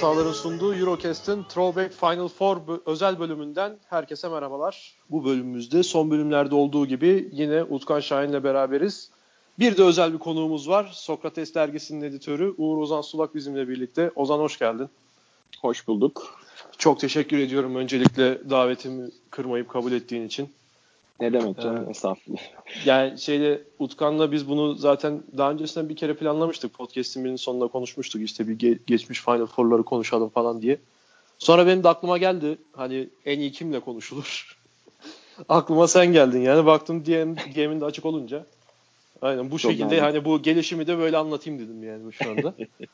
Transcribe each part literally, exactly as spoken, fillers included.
Sahalar'ın sunduğu Eurocast'ın Throwback Final Four özel bölümünden herkese merhabalar. Bu bölümümüzde son bölümlerde olduğu gibi yine Utkan Şahin'le beraberiz. Bir de özel bir konuğumuz var. Sokrates Dergisi'nin editörü Uğur Ozan Sulak bizimle birlikte. Ozan hoş geldin. Hoş bulduk. Çok teşekkür ediyorum öncelikle davetimi kırmayıp kabul ettiğin için. Ne demek canım, ee, estağfurullah. Yani şeyde Utkan'la biz bunu zaten daha öncesinden bir kere planlamıştık. Podcast'in birinin sonunda konuşmuştuk. İşte bir ge- geçmiş Final Four'ları konuşalım falan diye. Sonra benim de aklıma geldi. Hani en iyi kimle konuşulur? Aklıma sen geldin yani. Baktım D M, D M'in de açık olunca. Aynen bu Çok şekilde nazik. hani bu gelişimi de böyle anlatayım dedim yani şu anda.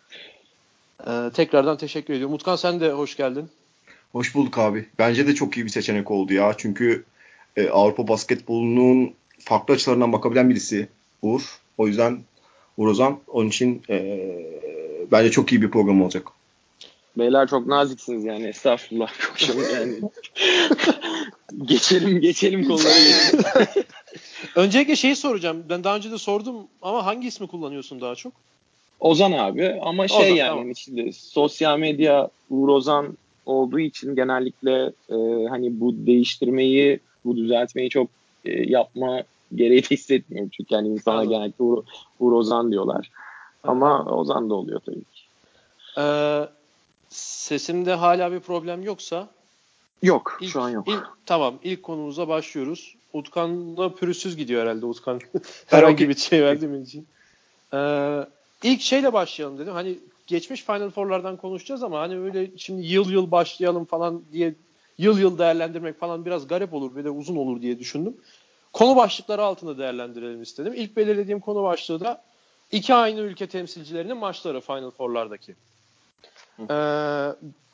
ee, tekrardan teşekkür ediyorum. Utkan sen de hoş geldin. Hoş bulduk abi. Bence de çok iyi bir seçenek oldu ya. Çünkü e, Avrupa basketbolunun farklı açılarından bakabilen birisi Uğur. O yüzden Uğur Ozan. Onun için e, bence çok iyi bir program olacak. Beyler çok naziksiniz yani, estağfurullah. Çok şey yani. geçelim geçelim konulara geçelim. Öncelikle şeyi soracağım. Ben daha önce de sordum ama hangi ismi kullanıyorsun daha çok? Ozan abi ama şey Ozan, yani tamam. işte sosyal medya Uğur Ozan olduğu için genellikle e, hani bu değiştirmeyi, bu düzeltmeyi çok e, yapma gereği de hissetmiyorum. Çünkü yani insana Anladım. genellikle Uğur, Uğur Ozan diyorlar. Ama Ozan da oluyor tabii ki. Ee, sesimde hala bir problem yoksa Yok, ilk, şu an yok. Ilk, tamam, ilk konumuza başlıyoruz. Utkan'la pürüzsüz gidiyor herhalde Utkan. Herhangi bir şey verdiğim için. Ee, ilk şeyle başlayalım dedim. Hani geçmiş Final Four'lardan konuşacağız ama hani öyle şimdi yıl yıl başlayalım falan diye yıl yıl değerlendirmek falan biraz garip olur ve de uzun olur diye düşündüm. Konu başlıkları altında değerlendirelim istedim. İlk belirlediğim konu başlığı da iki aynı ülke temsilcilerinin maçları Final Four'lardaki. Ee,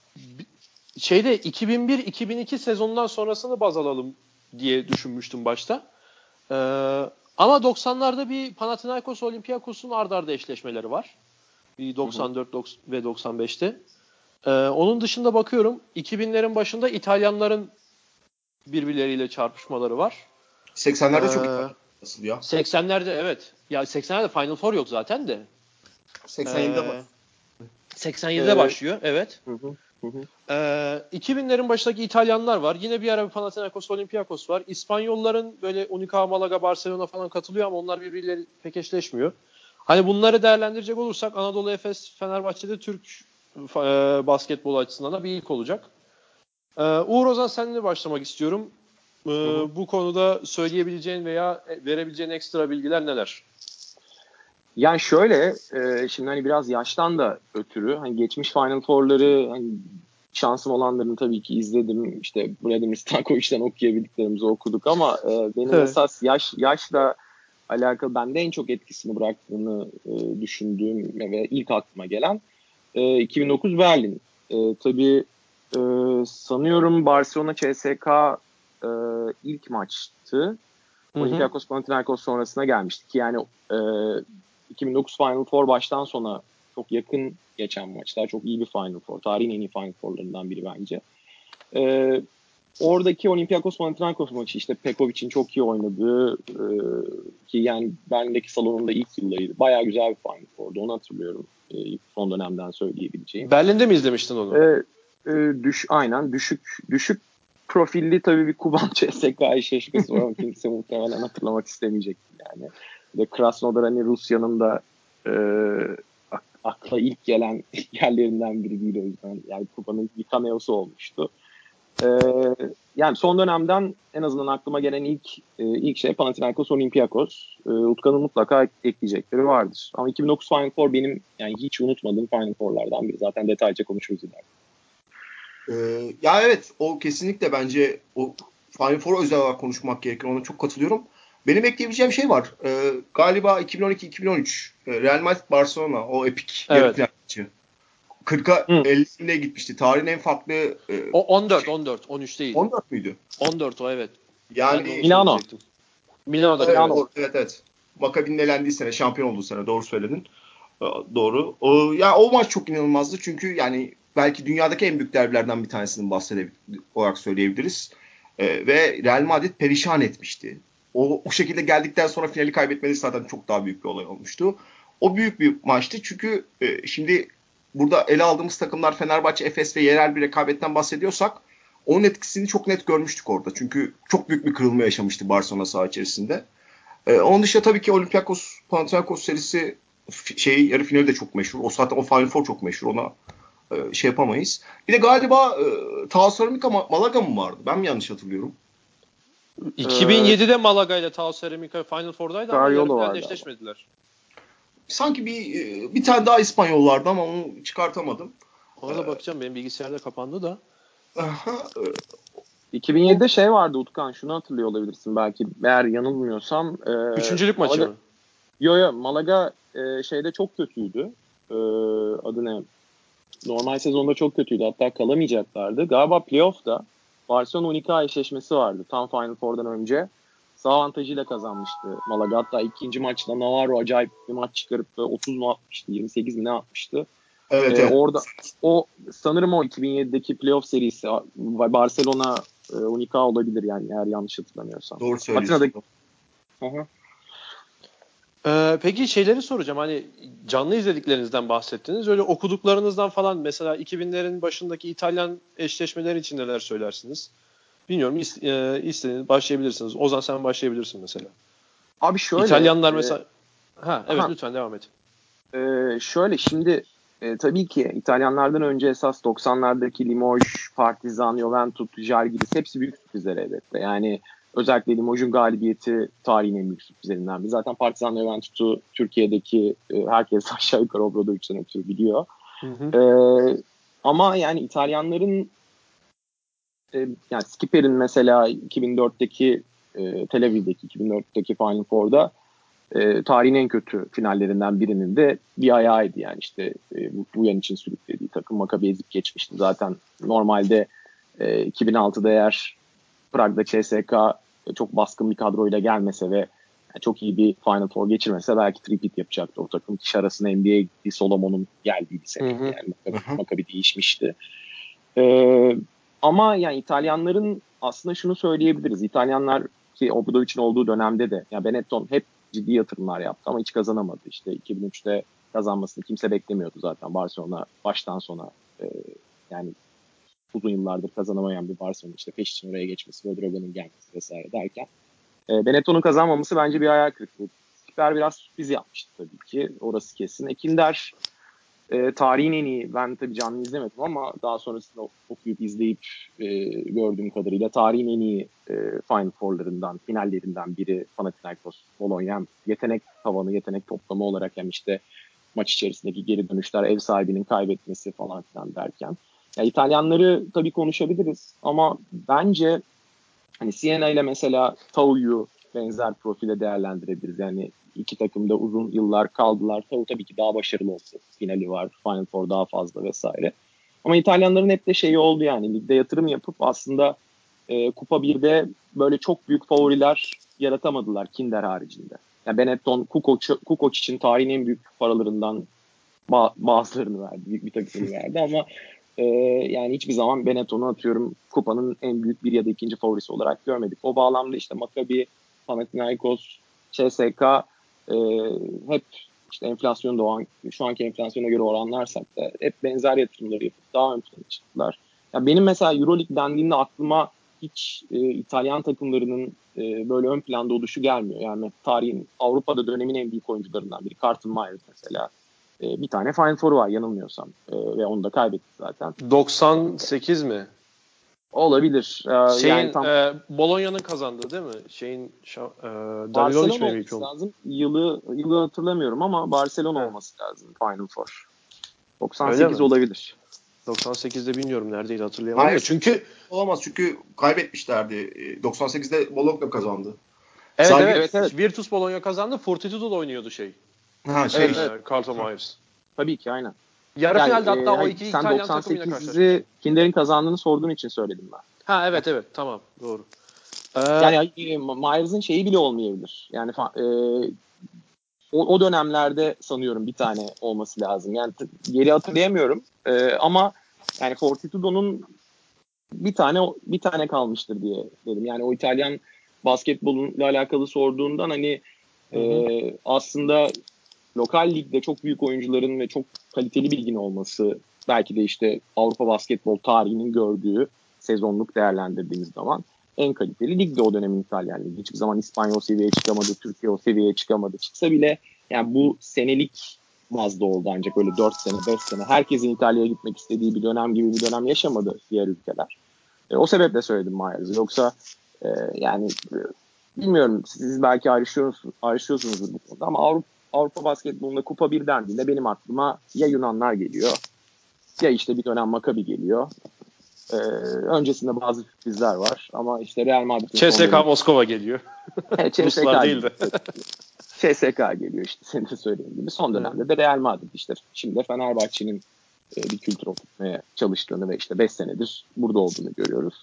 şeyde iki bin bir iki bin iki sezonundan sonrasını baz alalım diye düşünmüştüm başta. Ee, ama doksanlarda bir Panathinaikos Olympiakos'un ard arda eşleşmeleri var. Bir doksan dört ve doksan beşte. Ee, onun dışında bakıyorum iki binlerin başında İtalyanların birbirleriyle çarpışmaları var. seksenlerde ee, çok İtalyan nasıl ya? seksenlerde evet. Ya seksenlerde Final Four yok zaten de. seksen yedide ee, var. seksen yedide ee, başlıyor. Evet. Hı hı. Hı hı. Ee, iki binlerin başındaki İtalyanlar var. Yine bir ara bir Panathinaikos Olympiakos var. İspanyolların böyle Unicaja, Malaga, Barcelona falan katılıyor ama onlar birbirleri pek eşleşmiyor. Hani bunları değerlendirecek olursak Anadolu Efes, Fenerbahçe'de Türk e, basketbol açısından da bir ilk olacak. Ee, Uğur Ozan seninle başlamak istiyorum. Ee, hı hı. Bu konuda söyleyebileceğin veya verebileceğin ekstra bilgiler neler? Yani şöyle, e, şimdi hani biraz yaştan da ötürü hani geçmiş Final Four'ları hani şansım olanlarını tabii ki izledim. İşte Vladimir Stankovic'den okuyabildiklerimizi okuduk ama e, benim evet. esas yaş yaşla alakalı bende en çok etkisini bıraktığını e, düşündüğüm ve ilk aklıma gelen e, iki bin dokuz Berlin. E, tabii e, sanıyorum Barcelona C S K e, ilk maçtı. Olympiakos Panathinaikos sonrasına gelmiştik. Yani e, iki bin dokuz Final Four baştan sona çok yakın geçen maçlar. Çok iyi bir Final Four. Tarihin en iyi Final Four'larından biri bence. Ee, oradaki Olympiakos Panathinaikos maçı işte Pekovic'in çok iyi oynadığı e, ki yani bendeki salonunda ilk yıllarıydı. Bayağı güzel bir Final Four'du. Onu hatırlıyorum. E, son dönemden söyleyebileceğim. Berlin'de mi izlemiştin onu? Ee, e, düş, aynen. Düşük düşük profilli tabii bir Kuban C S K eşleşmesi var ama kimse muhtemelen hatırlamak istemeyecek yani. Ve Krasnodar hani Rusya'nın da e, akla ilk gelen yerlerinden biri değil o yüzden. Yani Kuban'ın bir cameo'su olmuştu. E, yani son dönemden en azından aklıma gelen ilk e, ilk şey Panathinaikos Olympiakos. E, Utkan'ın mutlaka ekleyecekleri vardır. Ama iki bin dokuz Final Four benim yani hiç unutmadığım Final Four'lardan biri. Zaten detaylıca konuşuruz ileride. Ee, ya evet o kesinlikle bence o Final Four özel olarak konuşmak gerekir. Ona çok katılıyorum. Benim ekleyebileceğim şey var. Ee, galiba iki bin on iki iki bin on üç Real Madrid Barcelona o epik evet. yarı final maçı. kırka elliye gitmişti. Tarihin en farklı e, o on dört on dört on üç değil. on dört müydü? on dört o evet. Yani Milano. Milano'da evet, Milano. O, evet evet. Maccabi'nin elendiği sene, şampiyon olduğu sene doğru söyledin. Doğru. O, ya o maç çok inanılmazdı çünkü yani belki dünyadaki en büyük derbilerden bir tanesini bahsedebiliriz olarak söyleyebiliriz. Ee, ve Real Madrid perişan etmişti. O, o şekilde geldikten sonra finali kaybetmeleri zaten çok daha büyük bir olay olmuştu. O büyük bir maçtı çünkü e, şimdi burada ele aldığımız takımlar Fenerbahçe, Efes ve yerel bir rekabetten bahsediyorsak onun etkisini çok net görmüştük orada. Çünkü çok büyük bir kırılma yaşamıştı Barcelona saha içerisinde. Ee, onun dışında tabii ki Olympiakos Panathinaikos serisi şey yarı finali de çok meşhur. O zaten o Final Four çok meşhur. Ona e, şey yapamayız. Bir de galiba e, Taos Ceramica Malaga mı vardı? Ben mi yanlış hatırlıyorum? iki bin yedide Malaga ile Taos Ceramica Final Four'daydı ama yarı finalde eşleşmediler. Sanki bir bir tane daha İspanyol vardı ama onu çıkartamadım. Ona da bakacağım. Benim bilgisayarda kapandı da. iki bin yedide şey vardı Utkan. Şunu hatırlıyor olabilirsin belki. Eğer yanılmıyorsam. E, Üçüncülük Malaga, maçı mı? Yo yo Malaga e, şeyde çok kötüydü. E, adı ne? Normal sezonda çok kötüydü. Hatta kalamayacaklardı. Galiba playoff'ta Barcelona Unica eşleşmesi vardı. Tam Final Four'dan önce. Sağ avantajıyla kazanmıştı Malaga. Hatta ikinci maçta Navarro acayip bir maç çıkarıp otuz mu atmıştı? yirmi sekiz mi ne atmıştı? Evet, ee, evet. Orada o sanırım o iki bin yedideki playoff serisi Barcelona Unica olabilir yani eğer yanlış hatırlamıyorsam. Doğru söylüyorsun. Hı-hı. Ee, peki şeyleri soracağım. Hani canlı izlediklerinizden bahsettiniz. Öyle okuduklarınızdan falan mesela iki binlerin başındaki İtalyan eşleşmeleri için neler söylersiniz? Bilmiyorum. İst, e, istediğiniz başlayabilirsiniz. Ozan sen başlayabilirsin mesela. Abi şöyle. İtalyanlar mesela. E, ha evet aha. lütfen devam et. Ee, şöyle şimdi e, tabii ki İtalyanlardan önce esas doksanlardaki Limoges, Partizan, Juventus, Žalgiris hepsi büyük sürprizler elbette. Yani özellikle Limos'un galibiyeti tarihin en büyük sürprizlerinden biri. Zaten Partizan ve Juventus'u Türkiye'deki e, herkes aşağı yukarı Obradovic'den ötürü biliyor. Hı hı. Ee, ama yani İtalyanların e, yani Skipper'in mesela iki bin dörtteki e, Tel Aviv'deki iki bin dörtteki Final Four'da E, tarihin en kötü finallerinden birinin de bir ayağıydı yani işte e, bu, bu yan için sürüklediği takım Maccabi ezip geçmişti. Zaten normalde e, iki bin altıda eğer Prag'da C S K çok baskın bir kadroyla gelmese ve yani çok iyi bir Final Four geçirmese belki tripit yapacaktı o takım. Kişi arasında N B A'ye gittiği Solomon'un geldiği bir sene yani Maccabi, Maccabi değişmişti. E, ama yani İtalyanların aslında şunu söyleyebiliriz. İtalyanlar ki Obradovic'in olduğu dönemde de yani Benetton hep ciddi yatırımlar yaptı ama hiç kazanamadı. İşte iki bin üçte kazanmasını kimse beklemiyordu zaten. Barcelona baştan sona e, yani uzun yıllardır kazanamayan bir Barcelona işte peş için oraya geçmesi, Rodrigo'nun gelmesi vesaire derken e, Benetton'un kazanmaması bence bir hayal kırıklığı. Skipper biraz sürpriz yapmıştı tabii ki. Orası kesin. Ekinder e, tarihin en iyi, ben tabii canlı izlemedim ama daha sonrasında okuyup izleyip e, gördüğüm kadarıyla tarihin en iyi e, Final Four'larından, finallerinden biri Panathinaikos, Bologna. Yetenek tavanı, yetenek toplamı olarak hem işte maç içerisindeki geri dönüşler, ev sahibinin kaybetmesi falan filan derken. Ya İtalyanları tabii konuşabiliriz ama bence hani Siena ile mesela Tau'yu benzer profile değerlendirebiliriz. Yani iki takım da uzun yıllar kaldılar. Tau tabii ki daha başarılı oldu. Finali var, Final Four daha fazla vesaire. Ama İtalyanların hep de şeyi oldu yani ligde yatırım yapıp aslında e, Kupa birde böyle çok büyük favoriler yaratamadılar Kinder haricinde. Yani Benetton Kukoc, Kukoc için tarihin en büyük paralarından bazılarını verdi, büyük bir takımını verdi ama e, yani hiçbir zaman Benetton'u atıyorum Kupa'nın en büyük bir ya da ikinci favorisi olarak görmedik. O bağlamda işte Maccabi, Panathinaikos, C S K e, hep işte enflasyon doğan, şu anki enflasyona göre oranlarsak da hep benzer yatırımları yapıp daha ön plana çıktılar. Ya benim mesela Euroleague dendiğinde aklıma hiç e, İtalyan takımlarının e, böyle ön planda oluşu gelmiyor. Yani tarihin Avrupa'da dönemin en büyük oyuncularından biri Carlton Myers mesela. E, bir tane Final Four'u var yanılmıyorsam e, ve onu da kaybetti zaten. doksan sekiz mi? Olabilir. E, Şeyin yani tam e, Bologna'nın kazandığı değil mi? Şeyin e, Danilovic Barcelona mi olması M V P? lazım. Yılı yılı hatırlamıyorum ama Barcelona He. olması lazım Final Four. doksan Öyle sekiz mi? olabilir. doksan sekizde bilmiyorum neredeydi hatırlayamadım da. Çünkü Çünkü olamaz çünkü kaybetmişlerdi. doksan sekizde Bologna kazandı. evet Sanki, evet, evet, evet. Virtus Bologna kazandı. Fortitudo'da oynuyordu şey. Ha şey. Evet, Ee, evet. Carlton Myers. Tabii ki aynen. Yarı Yani finalde hatta e, o hayır, iki sen İtalyan takımıyla karşılaşmıştı. doksan sekizi Kinder'in kazandığını sorduğun için söyledim ben. Ha evet evet tamam doğru. Ee, Yani e, Myers'ın şeyi bile olmayabilir. Yani e, o, o dönemlerde sanıyorum bir tane olması lazım. Yani t- geri hatırlayamıyorum. E, ama yani Fortitudo'nun bir tane bir tane kalmıştır diye dedim. Yani o İtalyan basketboluyla alakalı sorduğundan hani hı hı. e, aslında lokal ligde çok büyük oyuncuların ve çok kaliteli bilgin olması belki de işte Avrupa basketbol tarihinin gördüğü sezonluk değerlendirdiğimiz zaman en kaliteli ligde o dönemin İtalyan Ligi. Hiçbir zaman İspanyol seviyeye çıkamadı, Türkiye o seviyeye çıkamadı. Çıksa bile yani bu senelik bazda oldu ancak öyle dört sene, beş sene. Herkesin İtalya'ya gitmek istediği bir dönem gibi bir dönem yaşamadı diğer ülkeler. E, o sebeple söyledim Myers'ı. Yoksa e, yani e, bilmiyorum siz belki ayrışıyorsunuz, ayrışıyorsunuzdur bu konuda ama Avrupa, Avrupa basketbolunda Kupa bir dendiğinde benim aklıma ya Yunanlar geliyor ya işte bir dönem Maccabi geliyor. Ee, öncesinde bazı sürprizler var ama işte Real Madrid'in C S K Moskova geliyor. Evet, C S K Ruslar değil de. C S K geliyor işte senin de söylediğin gibi. Son dönemde evet. de Real Madrid işte. Şimdi Fenerbahçe'nin e, bir kültür oturtmaya çalıştığını ve işte beş senedir burada olduğunu görüyoruz.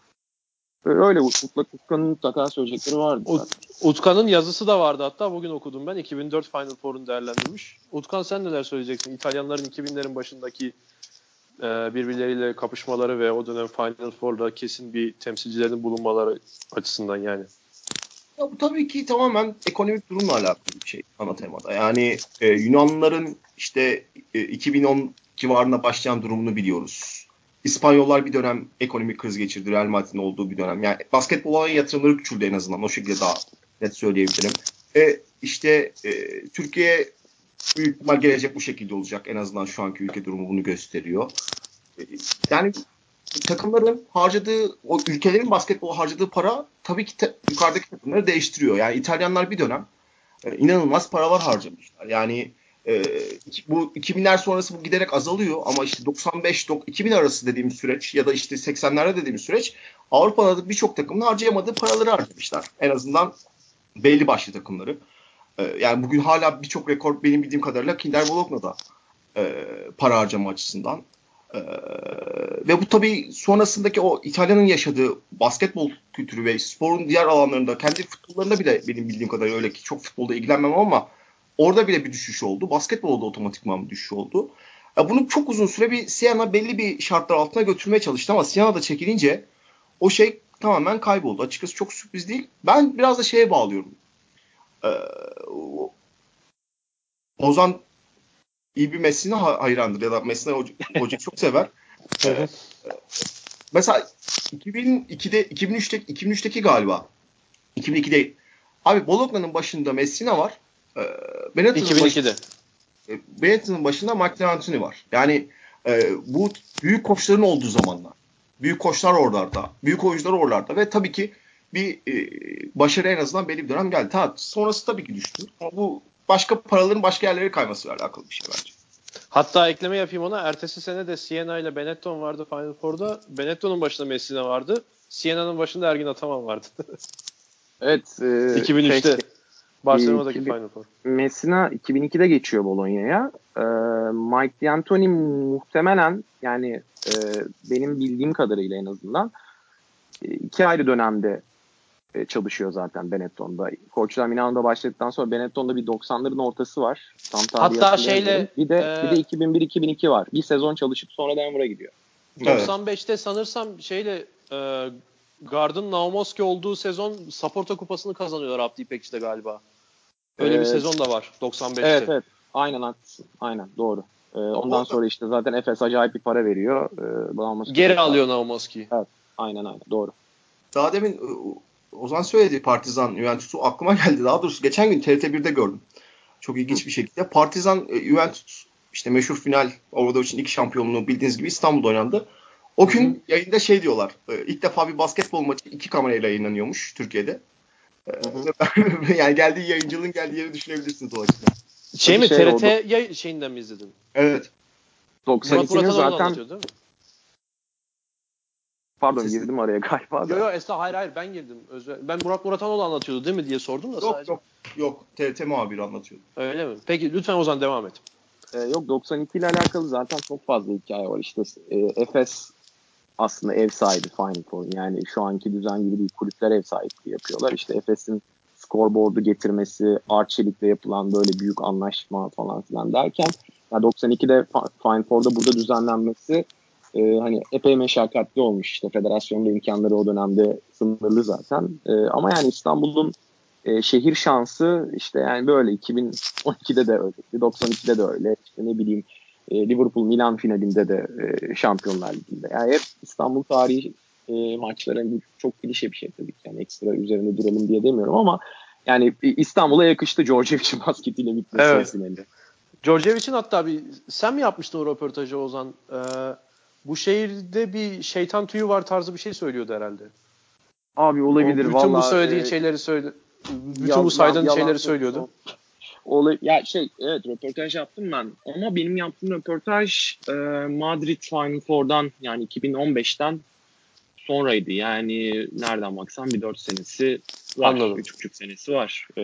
Öyle Utkan'ın mutlaka söyleyecekleri vardı. Ut- Utkan'ın yazısı da vardı hatta bugün okudum ben. iki bin dört Final Four'unu değerlendirmiş. Utkan sen neler söyleyeceksin? İtalyanların iki binlerin başındaki e, birbirleriyle kapışmaları ve o dönem Final Four'da kesin bir temsilcilerin bulunmaları açısından yani. Ya bu tabii ki tamamen ekonomik durumla alakalı bir şey ana temada. Yani e, Yunanlıların işte e, iki bin on civarında başlayan durumunu biliyoruz. İspanyollar bir dönem ekonomik kriz geçirdi. Real Madrid'in olduğu bir dönem. Yani basketbola yatırımları küçüldü en azından. O şekilde daha net söyleyebilirim. E, işte e, Türkiye büyük ihtimal gelecek bu şekilde olacak. En azından şu anki ülke durumu bunu gösteriyor. E, yani takımların harcadığı, o ülkelerin basketbola harcadığı para tabii ki te, yukarıdaki takımları değiştiriyor. Yani İtalyanlar bir dönem e, inanılmaz paralar harcamışlar. Yani e, bu iki binler sonrası bu giderek azalıyor ama işte doksan beş iki bin arası dediğimiz süreç ya da işte seksenlerde dediğimiz süreç Avrupa'da birçok takımın harcayamadığı paraları harcamışlar. En azından belli başlı takımları. E, yani bugün hala birçok rekor benim bildiğim kadarıyla Kinder Bologna'da e, para harcama açısından. Ee, ve bu tabii sonrasındaki o İtalya'nın yaşadığı basketbol kültürü ve sporun diğer alanlarında kendi futbollarında bile benim bildiğim kadarıyla öyle ki çok futbolda ilgilenmem ama orada bile bir düşüş oldu. Basketbolda otomatikman bir düşüş oldu. Ya bunu çok uzun süre bir Siena belli bir şartlar altına götürmeye çalıştı ama Siena'da çekilince o şey tamamen kayboldu. Açıkçası çok sürpriz değil. Ben biraz da şeye bağlıyorum. Ee, Ozan iyi bir Messina hayrandır ya da Messina hocayı çok sever. Ee, mesela iki bin ikide iki bin üçte iki bin üçteki galiba iki bin ikide abi Bologna'nın başında Messina var. Ee, Benetton'un iki bin ikide. Baş, Benetton'un başında Mike D'Antoni var. Yani e, bu büyük koçların olduğu zamanlar. Büyük koçlar oralarda. Büyük oyuncular oralarda ve tabii ki bir e, başarı en azından belli bir dönem geldi. Ha, sonrası tabii ki düştü. Ama bu başka paraların başka yerlere kaymasıyla alakalı bir şey bence. Hatta ekleme yapayım ona. Ertesi sene de Siena ile Benetton vardı Final Four'da. Benetton'un başında Messina vardı. Siena'nın başında Ergin Ataman vardı. Evet. E, iki bin üçte şey, Barcelona'daki iki bin, Final Four. Messina iki bin ikide geçiyor Bologna'ya. E, Mike D'Antoni muhtemelen yani e, benim bildiğim kadarıyla en azından e, iki ayrı dönemde e, çalışıyor zaten Benetton'da. Koçlar Milano'da başladıktan sonra Benetton'da bir doksanların ortası var. Tam tarihi hatta şeyle bir de e, bir de iki bin bir iki bin iki var. Bir sezon çalışıp sonra Denver'a gidiyor. doksan beşte evet. Sanırsam şeyle e, Gard'ın Naumoski olduğu sezon Saporta Kupası'nı kazanıyorlar Abdi İpekçi'de galiba. Öyle ee, bir sezon da var doksan beşte. Evet evet. Aynen haklısın. Aynen doğru. Ee, ondan o, sonra işte zaten Efes acayip bir para veriyor. Ee, geri alıyor Naumoski'yi. Evet. Aynen aynen doğru. Daha demin Ozan söyledi Partizan Juventus'u aklıma geldi. Daha doğrusu geçen gün T R T birde gördüm. Çok ilginç Hı. bir şekilde. Partizan Juventus işte meşhur final Obradoviç'in ilk şampiyonluğu bildiğiniz gibi İstanbul'da oynandı. O Hı-hı. gün yayında şey diyorlar. İlk defa bir basketbol maçı iki kamerayla yayınlanıyormuş Türkiye'de. Yani geldiği yayıncılığın geldiği yeri düşünebilirsiniz o açıdan. Şey mi şey T R T yay- şeyinden mi izledin? Evet. doksan ikinin zaten anlatıyor değil mi? Pardon Siz... girdim araya galiba da. Yok yok Esra hayır hayır ben girdim. Özür... Ben Murat Muratanoğlu anlatıyordu değil mi diye sordum da yok, sadece. Yok yok yok T R T muhabiri anlatıyordu. Öyle mi? Peki lütfen o zaman devam et. Ee, yok doksan iki ile alakalı zaten çok fazla hikaye var. İşte e, Efes aslında ev sahibi Final Four. Yani şu anki düzen gibi değil. Kulüpler ev sahipliği yapıyorlar. İşte Efes'in scoreboard'u getirmesi, Arçelik'le yapılan böyle büyük anlaşma falan filan derken yani doksan ikide Final Four'da burada düzenlenmesi e, hani epey meşakkatli olmuş. İşte federasyonun imkanları o dönemde sınırlı zaten. E, ama yani İstanbul'un e, şehir şansı işte yani böyle iki bin on ikide de öyle, doksan ikide de öyle. İşte ne bileyim e, Liverpool Milan finalinde de e, Şampiyonlar Ligi'nde. Yani hep İstanbul tarihi e, maçları bu çok klişe bir şey tabii ki. Yani ekstra üzerinde duralım diye demiyorum ama yani İstanbul'a yakıştı Djordjevic'in basketiyle bitmesi evet. finalinde. Djordjevic'in hatta bir sen mi yapmıştın o röportajı Ozan? Ee, bu şehirde bir şeytan tüyü var tarzı bir şey söylüyordu herhalde. Abi olabilir o bütün vallahi. bu söylediğin e, şeyleri söyledi. Bütün yal, bu saydığın yal, şeyleri söylüyordu. Olay, ya şey evet röportaj yaptım ben ama benim yaptığım röportaj e, Madrid Final Four'dan yani iki bin on beşten sonraydı. Yani nereden baksan bir dört senesi var. Anladım. Üç buçuk senesi var. E,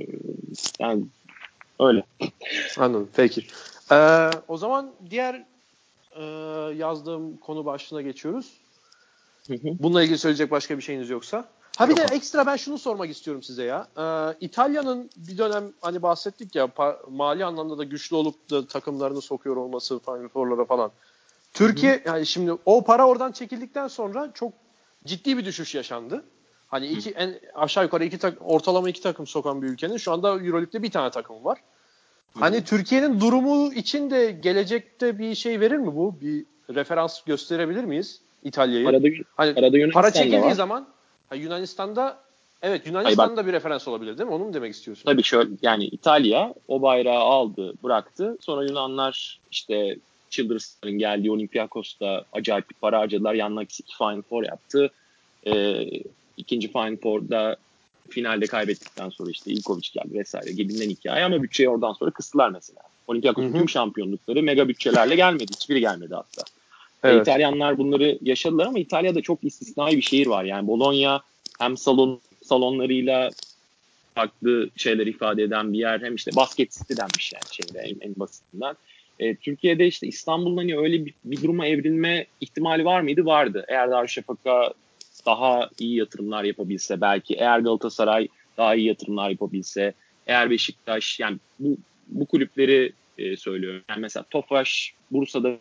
yani öyle. Anladım. Peki. Ee, o zaman diğer e, yazdığım konu başlığına geçiyoruz. Bununla ilgili söyleyecek başka bir şeyiniz yoksa. Ha bir de ekstra ben şunu sormak istiyorum size ya. Ee, İtalya'nın bir dönem hani bahsettik ya pa- mali anlamda da güçlü olup da takımlarını sokuyor olması Final Four'lara falan. Türkiye hı hı. Yani şimdi o para oradan çekildikten sonra çok ciddi bir düşüş yaşandı. Hani iki en aşağı yukarı iki tak, ortalama iki takım sokan bir ülkenin şu anda EuroLeague'de bir tane takım var. Hani hı hı. Türkiye'nin durumu için de gelecekte bir şey verir mi bu? Bir referans gösterebilir miyiz İtalya'yı? Arada, hani arada para çekildiği var. zaman ha Yunanistan'da evet Yunanistan'da bir referans olabilir değil mi? Onu mu demek istiyorsun? Tabii şöyle yani İtalya o bayrağı aldı, bıraktı. Sonra Yunanlar işte Childers'ın geldiği Olympiakos'ta acayip bir para harcadılar. Yanına iki Final Four yaptı. Ee, ikinci Final Four'da finalde kaybettikten sonra işte Ivkovic geldi vesaire. Gelinen hikaye ama bütçeyi oradan sonra kıstılar mesela. Olympiakos'un tüm şampiyonlukları mega bütçelerle gelmedi. Hiçbiri gelmedi hatta. Evet. E, İtalyanlar bunları yaşadılar ama İtalya'da çok istisnai bir şehir var. Yani Bologna hem salon salonlarıyla farklı şeyler ifade eden bir yer. Hem işte basket city denmiş yani şeyde en, en basitinden. E, Türkiye'de işte İstanbul'da hani öyle bir, bir duruma evrilme ihtimali var mıydı? Vardı. Eğer Darüşşafaka daha iyi yatırımlar yapabilse belki. Eğer Galatasaray daha iyi yatırımlar yapabilse. Eğer Beşiktaş yani bu, bu kulüpleri e, söylüyorum. Yani mesela Tofaş Bursa'da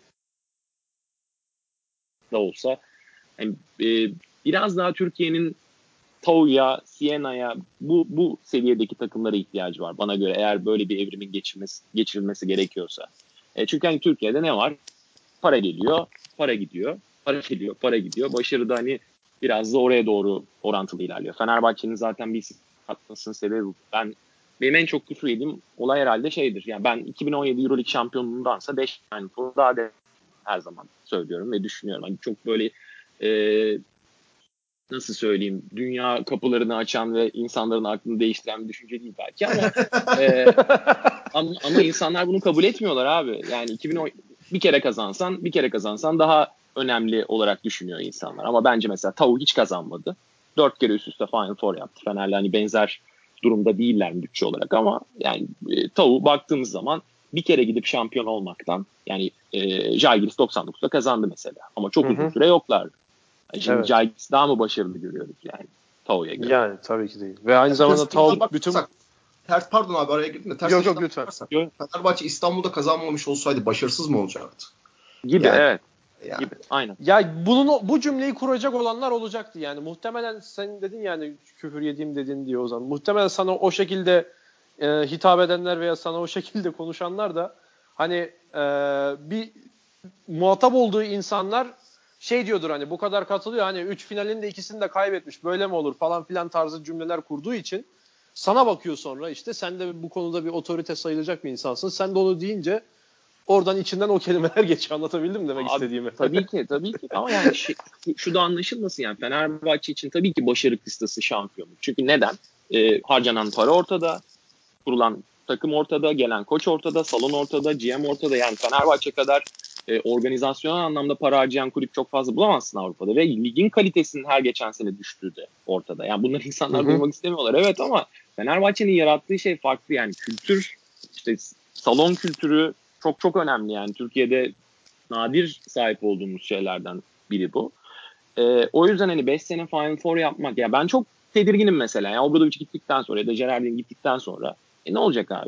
da olsa yani, e, biraz daha Türkiye'nin Tau'ya, Siena'ya bu bu seviyedeki takımlara ihtiyacı var bana göre eğer böyle bir evrimin geçirmesi, geçirilmesi gerekiyorsa. E, çünkü hani Türkiye'de ne var? Para geliyor, para gidiyor. Para geliyor, para gidiyor. Başarı da hani biraz da oraya doğru orantılı ilerliyor. Fenerbahçe'nin zaten bir katmasının sebebi bu. Ben benim en çok küfür yediğim olay herhalde şeydir. Yani ben iki bin on yedi EuroLeague şampiyonluğundansa beş tane daha de her zaman söylüyorum ve düşünüyorum. Hani çok böyle e, nasıl söyleyeyim dünya kapılarını açan ve insanların aklını değiştiren bir düşünce değil belki ama e, ama, ama insanlar bunu kabul etmiyorlar abi. Yani iki bin on bir kere kazansan bir kere kazansan daha önemli olarak düşünüyor insanlar. Ama bence mesela Tau hiç kazanmadı. Dört kere üst üste Final Four yaptı. Fener'le hani benzer durumda değiller bütçe olarak ama yani e, Tau baktığımız zaman bir kere gidip şampiyon olmaktan yani e, Žalgiris doksan dokuzda kazandı mesela. Ama çok uzun süre yoklardı. Yani şimdi evet. Žalgiris daha mı başarılı görüyoruz yani Tau'ya göre? Yani tabii ki değil. Ve aynı yani zamanda Tau bütün... Ters, pardon abi araya girdim de ters yok yok lütfen. Fenerbahçe İstanbul'da kazanmamış olsaydı başarısız mı olacaktı? Gibi yani, evet. Yani. Gibi. Aynen. Ya bunun bu cümleyi kuracak olanlar olacaktı yani. Muhtemelen sen dedin yani küfür yediğim dedin diye o zaman. Muhtemelen sana o şekilde e, hitap edenler veya sana o şekilde konuşanlar da hani e, bir muhatap olduğu insanlar şey diyordur hani bu kadar katılıyor hani üç finalin de ikisini de kaybetmiş böyle mi olur falan filan tarzı cümleler kurduğu için sana bakıyor sonra işte sen de bu konuda bir otorite sayılacak bir insansın. Sen de onu deyince oradan içinden o kelimeler geçiyor. Anlatabildim mi demek Abi, istediğimi? Tabii ki tabii ki ama yani şu, şu da anlaşılmasın yani Fenerbahçe için tabii ki başarı kıstası şampiyonluk. Çünkü neden? Ee, harcanan para ortada, kurulan takım ortada, gelen koç ortada, salon ortada, G M ortada. Yani Fenerbahçe kadar e, organizasyonel anlamda para harcayan kulüp çok fazla bulamazsın Avrupa'da. Ve ligin kalitesinin her geçen sene düştüğü de ortada. Yani bunları insanlar duymak istemiyorlar. Evet ama Fenerbahçe'nin yarattığı şey farklı. Yani kültür, işte salon kültürü çok çok önemli. Yani Türkiye'de nadir sahip olduğumuz şeylerden biri bu. E, o yüzden hani beş sene Final Four yapmak. Ya ben çok tedirginim mesela. Yani Obradovic gittikten sonra ya da Gerardin gittikten sonra e ne olacak abi?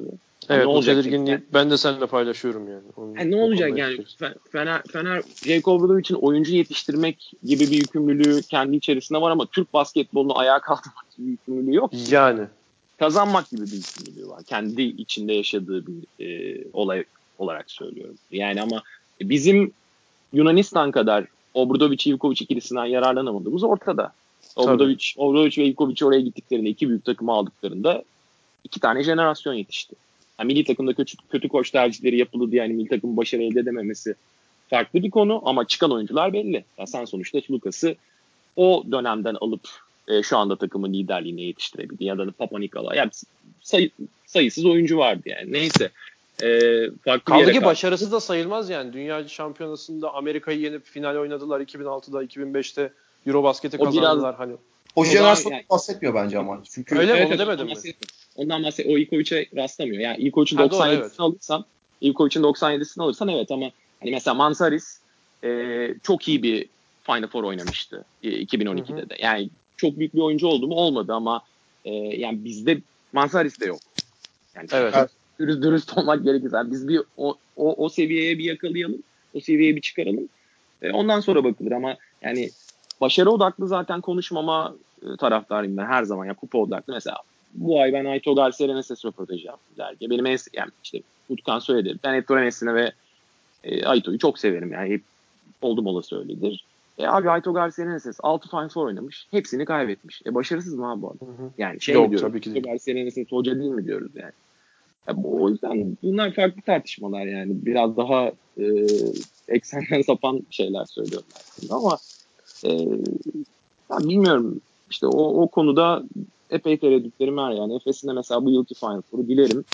Yani evet, ne olacak? Tedirginliği ben de seninle paylaşıyorum yani. Onun, yani ne olacak yani? Fener, Fener Jake Obradovic'in oyuncu yetiştirmek gibi bir yükümlülüğü kendi içerisinde var ama Türk basketbolunu ayağa kaldırmak gibi bir yükümlülüğü yok. Yani. Kazanmak gibi bir yükümlülüğü var. Kendi içinde yaşadığı bir e, olay olarak söylüyorum. Yani ama bizim Yunanistan kadar Obradovic, Ivkovic ikilisinden yararlanamadığımız ortada. Obradovic, Obradovic ve Ivkovic oraya gittiklerinde, iki büyük takımı aldıklarında iki tane jenerasyon yetişti. Yani milli takımda kötü, kötü koç tercihleri yapıldı diye yani milli takımın başarı elde edememesi farklı bir konu ama çıkan oyuncular belli. Yani sen sonuçta Lucas'ı o dönemden alıp e, şu anda takımın liderliğine yetiştirebildin ya da Papa Nikola. Yani sayı, sayısız oyuncu vardı yani. Neyse. E, farklı kaldı bir yere ki kaldı. Başarısız da sayılmaz yani. Dünya Şampiyonası'nda Amerika'yı yenip final oynadılar iki bin altıda, iki bin beşte Eurobasket'i kazandılar. Biraz, hani o jenerasyondan yani, bahsetmiyor bence ama. Çünkü öyle evet, onu evet, demedim mi? Ondan bahset. O Ivkovic'e rastlamıyor. Yani Ivkovic'in doksan yedisini evet. alırsan, Ivkovic'in doksan yedisini alırsan evet ama hani mesela Mansaris e, çok iyi bir Final Four oynamıştı e, iki bin on ikide hı hı. de. Yani çok büyük bir oyuncu oldu mu olmadı ama e, yani bizde Mansaris de yok. Yani evet. dürüst, dürüst olmak gerekirse yani biz bir o, o, o seviyeye bir yakalayalım, o seviyeye bir çıkaralım. E, ondan sonra bakılır ama yani başarı odaklı zaten konuşmama e, taraftarıyım ben her zaman. Ya kupa odaklı mesela. Bu ay ben Ayto Garcia Reneses röportajı yaptım dergi. Benim en yani işte Utkan söyledi. Ben Hector Enes'ine ve e, Ayto'yu çok severim. Yani hep oldum olası öyledir. E abi Ayto Garcia Reneses altı Final Four oynamış. Hepsini kaybetmiş. E başarısız mı abi bu adam? Yani şey Yok, mi diyoruz? Tabii ki Ayto Garcia Reneses hoca değil mi diyoruz yani? Ya bu, o yüzden bunlar farklı tartışmalar yani. Biraz daha e, eksenden sapan şeyler söylüyorum aslında ama e, ben bilmiyorum. İşte o, o konuda epey tereddütlerim var yani. Efes'in de mesela bu yılki Final Four'u dilerim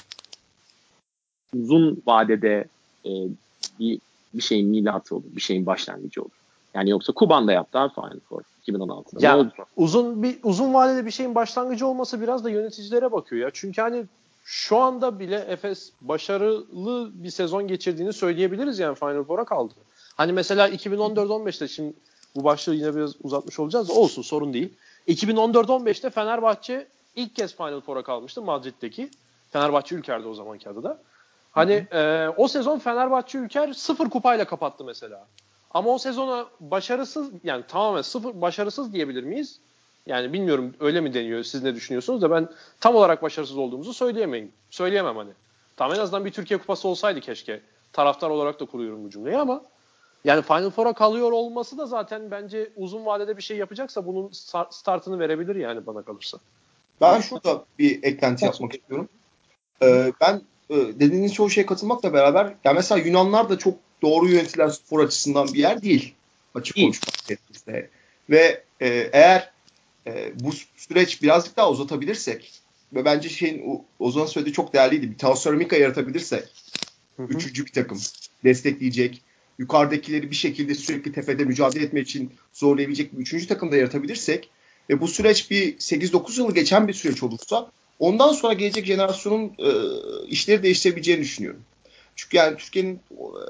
uzun vadede e, bir, bir şeyin milatı olur. Bir şeyin başlangıcı olur. Yani yoksa Kuban'da yaptı abi Final Four iki bin on altıda. Ya, ne oldu? Uzun, bir, uzun vadede bir şeyin başlangıcı olması biraz da yöneticilere bakıyor ya. Çünkü hani şu anda bile Efes başarılı bir sezon geçirdiğini söyleyebiliriz yani Final Four'a kaldı. Hani mesela iki bin on dört on beşte şimdi bu başlığı yine biraz uzatmış olacağız da olsun sorun değil. iki bin on dört on beşte Fenerbahçe ilk kez Final Four'a kalmıştı Madrid'deki. Fenerbahçe Ülker'de o zamanki adı da. Hani e, o sezon Fenerbahçe Ülker sıfır kupayla kapattı mesela. Ama o sezona başarısız yani tamamen sıfır başarısız diyebilir miyiz? Yani bilmiyorum öyle mi deniyor siz ne düşünüyorsunuz da ben tam olarak başarısız olduğumuzu söyleyemeyim. Söyleyemem hani. Tam en azından bir Türkiye Kupası olsaydı keşke. Taraftar olarak da kuruyorum bu cümleyi ama yani Final Four'a kalıyor olması da zaten bence uzun vadede bir şey yapacaksa bunun startını verebilir yani bana kalırsa. Ben şurada bir eklenti yapmak istiyorum. Ee, ben dediğiniz çoğu şeye katılmakla beraber ya mesela Yunanlar da çok doğru yönetilen spor açısından bir yer değil. Açık konuşmak gerekirse. Ve e, eğer e, bu süreç birazcık daha uzatabilirsek ve bence şeyin Ozan'ın söylediği çok değerliydi. Bir Tausaramika yaratabilirsek hı hı. Üçüncü bir takım destekleyecek, yukarıdakileri bir şekilde sürekli tepede mücadele etmek için zorlayabilecek bir üçüncü takım da yaratabilirsek ve bu süreç bir sekiz dokuz yılı geçen bir süreç olursa ondan sonra gelecek jenerasyonun e, işleri değiştirebileceğini düşünüyorum. Çünkü yani Türkiye'nin e,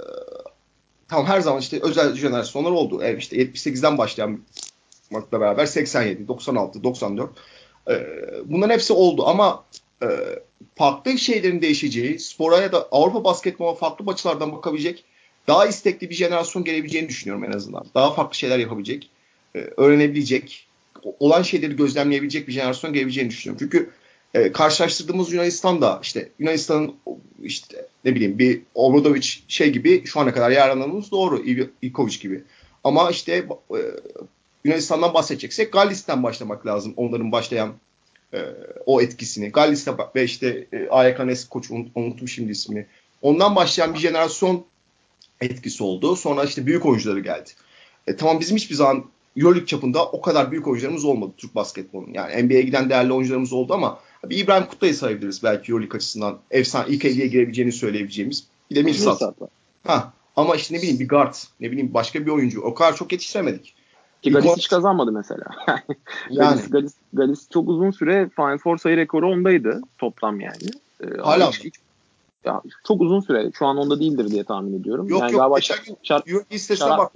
tam her zaman işte özel jenerasyonlar oldu. Evet, işte yetmiş sekizden başlayan makla beraber seksen yedi, doksan altı, doksan dört e, bunların hepsi oldu ama e, farklı şeylerin değişeceği, spora ya da Avrupa basketboluna farklı açılardan bakabilecek daha istekli bir jenerasyon gelebileceğini düşünüyorum en azından. Daha farklı şeyler yapabilecek, e, öğrenebilecek, olan şeyleri gözlemleyebilecek bir jenerasyon gelebileceğini düşünüyorum. Çünkü e, karşılaştırdığımız Yunanistan'da işte Yunanistan'ın işte ne bileyim bir Obradovic şey gibi şu ana kadar yararlandığımız doğru. Ivkovic gibi. Ama işte e, Yunanistan'dan bahsedeceksek Gallis'ten başlamak lazım. Onların başlayan e, o etkisini. Gallis'te ve işte e, A Y K N E S koçu unuttum şimdi ismini. Ondan başlayan bir jenerasyon etkisi oldu. Sonra işte büyük oyuncuları geldi. E, tamam bizim hiçbir zaman Euroleague çapında o kadar büyük oyuncularımız olmadı Türk basketbolunun. Yani N B A'ye giden değerli oyuncularımız oldu ama bir İbrahim Kutlu'yu sayabiliriz belki Euroleague açısından. Efsane ilk elliye girebileceğini söyleyebileceğimiz. Bir de Mirsad. Ha, ama işte ne bileyim bir guard, ne bileyim başka bir oyuncu. O kadar çok yetiştiremedik. Ki Galis hiç kazanmadı mesela. yani. Galis, Galis, Galis çok uzun süre Final Four sayı rekoru ondaydı toplam yani. Ee, Hala hiç, hiç, ya, çok uzun süre. Şu an onda değildir diye tahmin ediyorum. Yok yani yok. Geçen gün Euroleague sitesine bak.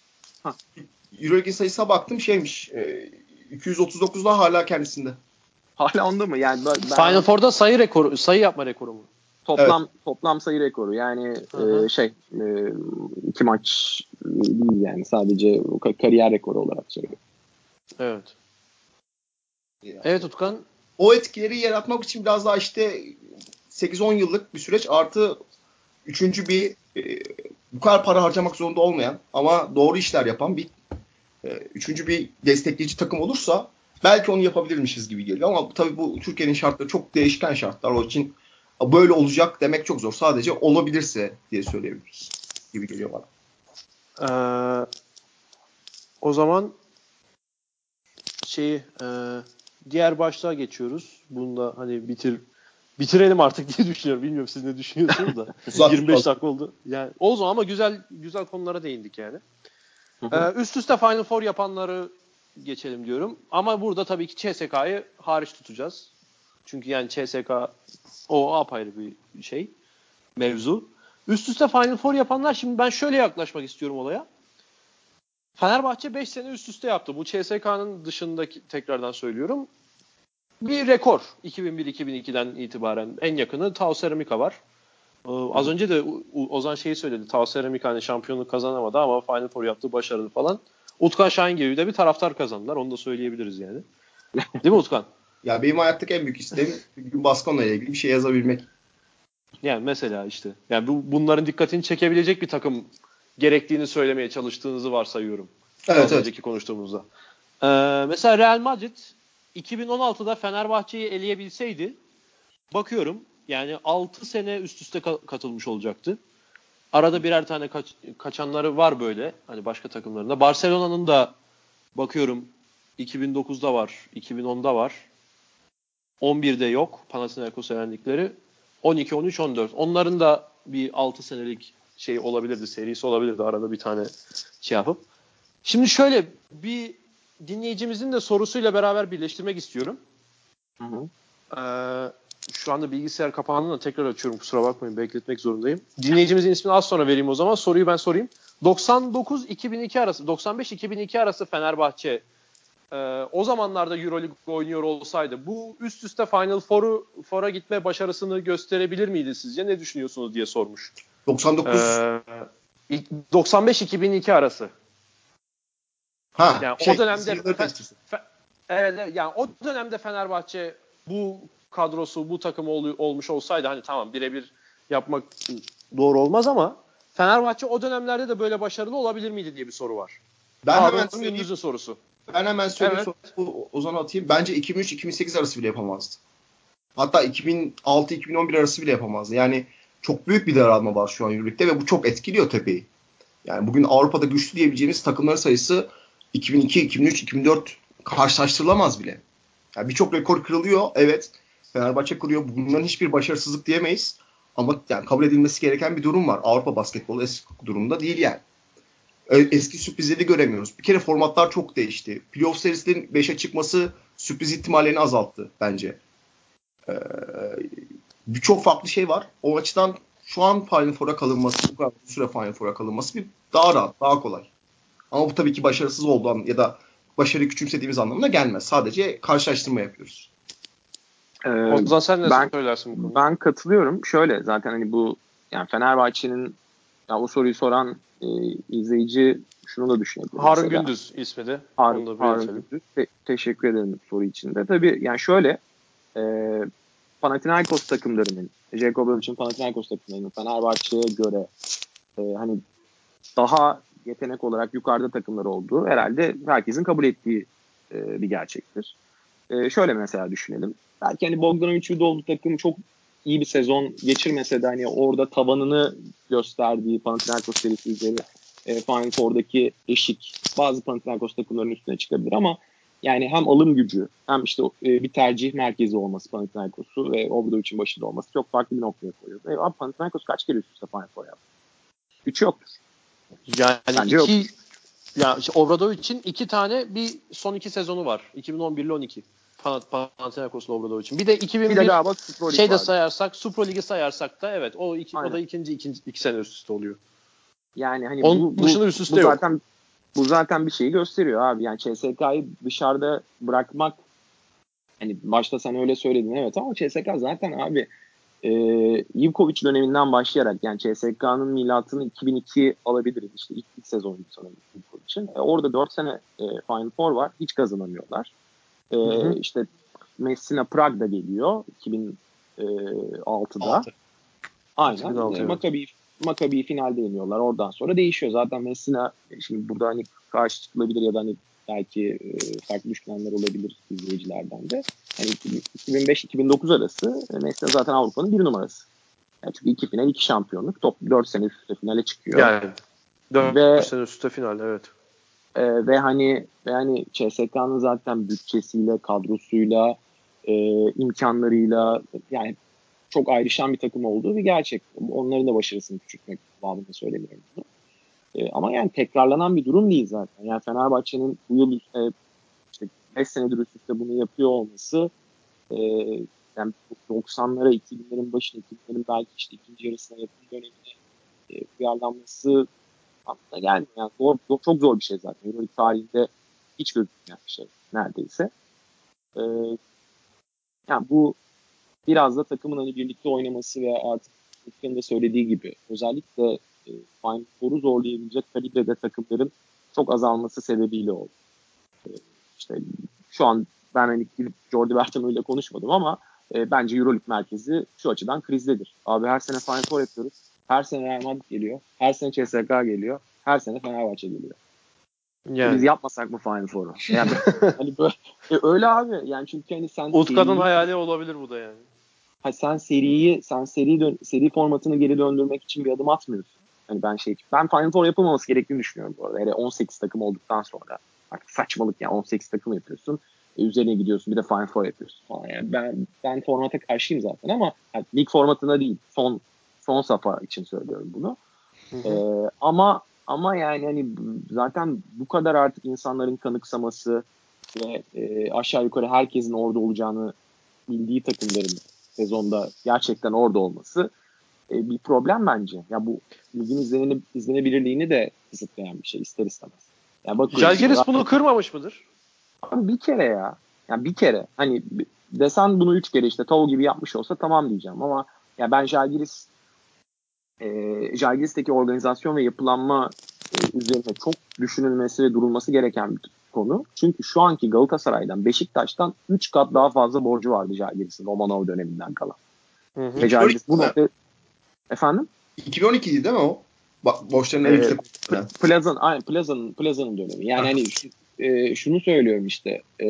Euroleague sayısına baktım şeymiş. E, iki yüz otuz dokuzda hala kendisinde. Hala onda mı? Yani ben, Final Four'da sayı rekoru, sayı yapma rekoru mu? Toplam evet. toplam sayı rekoru. Yani e, şey e, iki maç değil yani sadece kariyer rekoru olarak söylüyorum. Evet. Evet Utkan. O etkileri yaratmak için biraz daha işte sekiz on yıllık bir süreç artı üçüncü bir e, bu kadar para harcamak zorunda olmayan ama doğru işler yapan bir e, üçüncü bir destekleyici takım olursa belki onu yapabilirmişiz gibi geliyor ama tabii bu Türkiye'nin şartları çok değişken şartlar. O için böyle olacak demek çok zor. Sadece olabilirse diye söyleyebiliriz gibi geliyor bana. Ee, o zaman şeyi e, diğer başlığa geçiyoruz. Bunu da hani bitir bitirelim artık diye düşünüyorum. Bilmiyorum siz ne düşünüyorsunuz da. yirmi beş dakika oldu. Yani o zaman ama güzel güzel konulara değindik yani. Ee, üst üste Final Four yapanları geçelim diyorum. Ama burada tabii ki C S K'yı hariç tutacağız. Çünkü yani C S K o apayrı bir şey, mevzu. Üst üste Final Four yapanlar, şimdi ben şöyle yaklaşmak istiyorum olaya. Fenerbahçe beş sene üst üste yaptı. Bu C S K'nın dışındaki, tekrardan söylüyorum, bir rekor. iki bin bir iki bin ikiden itibaren en yakını Tau Ceramica var. Ee, az önce de Ozan şeyi söyledi. Tau Ceramica hani şampiyonluk kazanamadı ama Final Four yaptı, başarılı falan. Utkan Şahin gibi de bir taraftar kazandılar. Onu da söyleyebiliriz yani. Değil mi Utkan? Ya benim hayattaki en büyük isteğim Gün Baskona ile ilgili bir şey yazabilmek. Yani mesela işte. Yani bu, bunların dikkatini çekebilecek bir takım gerektiğini söylemeye çalıştığınızı varsayıyorum. Evet, az evet. önceki konuştuğumuzda. Ee, mesela Real Madrid iki bin on altıda Fenerbahçe'yi eleyebilseydi, bakıyorum yani altı sene üst üste ka- katılmış olacaktı. Arada birer tane kaç- kaçanları var böyle. Hani başka takımlarında. Barcelona'nın da bakıyorum iki bin dokuzda var, iki bin onda var. on birde yok Panathinaikos elendikleri. on iki, on üç, on dört. Onların da bir altı senelik şey olabilirdi, serisi olabilirdi arada bir tane şey yapıp. Şimdi şöyle bir dinleyicimizin de sorusuyla beraber birleştirmek istiyorum. Hı hı. Ee, şu anda bilgisayar kapağını da tekrar açıyorum. Kusura bakmayın, bekletmek zorundayım. Dinleyicimizin ismini az sonra vereyim o zaman. Soruyu ben sorayım. doksan dokuz iki bin iki arası, doksan beş iki bin iki arası Fenerbahçe e, o zamanlarda EuroLeague oynuyor olsaydı bu üst üste Final Four'u Four'a gitme başarısını gösterebilir miydi sizce? Ne düşünüyorsunuz diye sormuş. doksan dokuz Ee, doksan beş iki bin iki arası. Ha, Yani şey, o dönemde fe- fe- evet, yani o dönemde Fenerbahçe bu kadrosu, bu takım ol, olmuş olsaydı hani tamam birebir yapmak doğru olmaz ama Fenerbahçe o dönemlerde de böyle başarılı olabilir miydi diye bir soru var. ben Harun hemen söyleyeyim. Gündüz'ün sorusu. Ben hemen söyleyeyim, Evet. sonra Ozan'a atayım. Bence iki bin üç iki bin sekiz arası bile yapamazdı. Hatta iki bin altı iki bin on bir arası bile yapamazdı. Yani çok büyük bir daralma var şu an EuroLeague'de ve bu çok etkiliyor tepeyi. Yani bugün Avrupa'da güçlü diyebileceğimiz takımların sayısı iki bin iki, iki bin üç, iki bin dört karşılaştırılamaz bile. Yani birçok rekor kırılıyor. Evet. Fenerbahçe kırıyor. Bunların hiçbir başarısızlık diyemeyiz. Ama yani kabul edilmesi gereken bir durum var. Avrupa basketbolu eski durumda değil yani. Eski sürprizleri göremiyoruz. Bir kere formatlar çok değişti. Playoff serisinin beşe çıkması sürpriz ihtimallerini azalttı bence. Ee, birçok farklı şey var. O açıdan şu an Final Four'a kalınması, bu kadar süre Final Four'a kalınması bir daha rahat, daha kolay. Ama bu tabii ki başarısız olduğu ya da başarıyı küçümsediğimiz anlamına gelmez. Sadece karşılaştırma yapıyoruz. Ee, o zaman sen ne ben, söylersin bu konuda? Ben katılıyorum. Şöyle zaten hani bu yani Fenerbahçe'nin ya o soruyu soran e, izleyici şunu da düşünebilir. Harun mesela. Gündüz ismi de. Har- Onu da Harun belirtelim. Gündüz. Te- teşekkür ederim soru için de. Tabii yani şöyle e, Panathinaikos takımlarının, J K Obradovic'in Panathinaikos takımlarının Fenerbahçe'ye göre e, hani daha yetenek olarak yukarıda takımlar olduğu herhalde herkesin kabul ettiği e, bir gerçektir. E, şöyle mesela düşünelim. Belki hani Bogdanovic ve Dolu takım çok iyi bir sezon geçirmese de hani orada tavanını gösterdiği Panathinaikos serisi üzeri e, Final Four'daki eşik bazı Panathinaikos takımlarının üstüne çıkabilir ama yani hem alım gücü hem işte e, bir tercih merkezi olması Panathinaikos'u ve Obradovic'in başında olması çok farklı bir noktaya koyuyor. E, abi Panathinaikos kaç kere üst üste Final Four yaptı? Üç yoktur. Yani Bence iki yok. ya işte Obradovic'in iki tane bir son iki sezonu var. iki bin on bir ile on iki. Panathinaikos'la Obradovic'in. Bir de iki bin bir Bir de galiba Supro Lig şey de vardı. sayarsak, Supro Lig'i sayarsak da evet o iki, Aynen. o da ikinci, ikinci iki sene üst üste oluyor. Yani hani Onun bu bu, dışında üst üste bu yok. zaten bu zaten bir şeyi gösteriyor abi. Yani C S K'yı dışarıda bırakmak hani başta sen öyle söyledin evet ama C S K zaten abi e, Ivkovic döneminden başlayarak yani C S K'nın milatını iki bin iki alabiliriz. İşte ilk, ilk sezonuydu sanırım Ivkovic'in. E, orada dört sene e, Final Four var. Hiç kazanamıyorlar. E, hı hı. İşte Messina Prag'da geliyor iki bin altıda. Altı. Aynen. iki bin altı, evet. Maccabi Maccabi finalde yeniyorlar. Oradan sonra değişiyor. Zaten Messina şimdi burada hani karşı çıkılabilir ya da hani belki e, farklı düşünenler olabilir izleyicilerden de. Hani iki bin beş iki bin dokuz arası Messina zaten Avrupa'nın bir numarası. Yani çünkü iki final iki şampiyonluk. Top dört sene üst üste finale çıkıyor. Yani dört sene üst üste final evet. E, ve hani ve hani C S K'nın zaten bütçesiyle, kadrosuyla, e, imkanlarıyla yani çok ayrışan bir takım olduğu bir gerçek. Onların da başarısını küçültmek bağlamında söylemiyorum bunu. E, ama yani tekrarlanan bir durum değil zaten. Yani Fenerbahçe'nin bu yıl e, işte beş senedir üst üste bunu yapıyor olması e, yani doksanlara, iki binlerin başına, iki binlerin belki işte ikinci yarısına yakın dönemine e, uyarlanması aslında gelmiyor. Yani zor, çok zor bir şey zaten. Euroleague tarihinde hiç gözükmeyen bir şey neredeyse. E, yani bu biraz da takımın hani birlikte oynaması ve artık Utkan'ın da söylediği gibi özellikle e, Final Four'u zorlayabilecek kalibrede takımların çok azalması sebebiyle oldu. E, işte şu an ben hani Jordi Bertamo ile konuşmadım ama e, bence Euroleague merkezi şu açıdan krizdedir. Abi her sene Final Four yapıyoruz. Her sene Real Madrid geliyor. Her sene C S K geliyor. Her sene Fenerbahçe geliyor. Yani. Biz yapmasak mı Final Four'u? Yani hani böyle e, öyle abi. Yani çünkü hani sen Utkan'ın hayali olabilir bu da yani. Ha sen seriyi sen seri dön, seri formatını geri döndürmek için bir adım atmıyorsun. Hani ben şey ben Final Four yapılmaması gerektiğini düşünüyorum bu arada. Hele on sekiz takım olduktan sonra artık saçmalık yani on sekiz takım yapıyorsun. E, üzerine gidiyorsun bir de Final Four yapıyorsun falan. Yani ben ben formata karşıyım zaten ama yani lig formatına değil. Son son safha için söylüyorum bunu. Hı hı. Ee, ama ama yani hani zaten bu kadar artık insanların kanıksaması ve e, aşağı yukarı herkesin orada olacağını bildiği takımların sezonda gerçekten orada olması e, bir problem bence. Ya bu ligin izlene, izlenebilirliğini de kısıtlayan bir şey ister istemez. Yani Žalgiris bunu kırmamış mıdır? Abi bir kere ya. Yani bir kere. Hani desen bunu üç kere işte Tau gibi yapmış olsa tamam diyeceğim ama ya ben Žalgiris e, Žalgiris'teki organizasyon ve yapılanma e, üzerine çok düşünülmesi ve durulması gereken bir konu. Çünkü şu anki Galatasaray'dan, Beşiktaş'tan üç kat daha fazla borcu vardı Žalgiris'in Romanov döneminden kalan. Hı hı. Ve Žalgiris bu nokta... Efendim? iki bin on ikiydi değil mi o? Ba- borçların en ee, yüksek. Plaza'nın, aynen Plaza'nın, Plaza'nın dönemi. Yani hani şu, e, şunu söylüyorum işte e,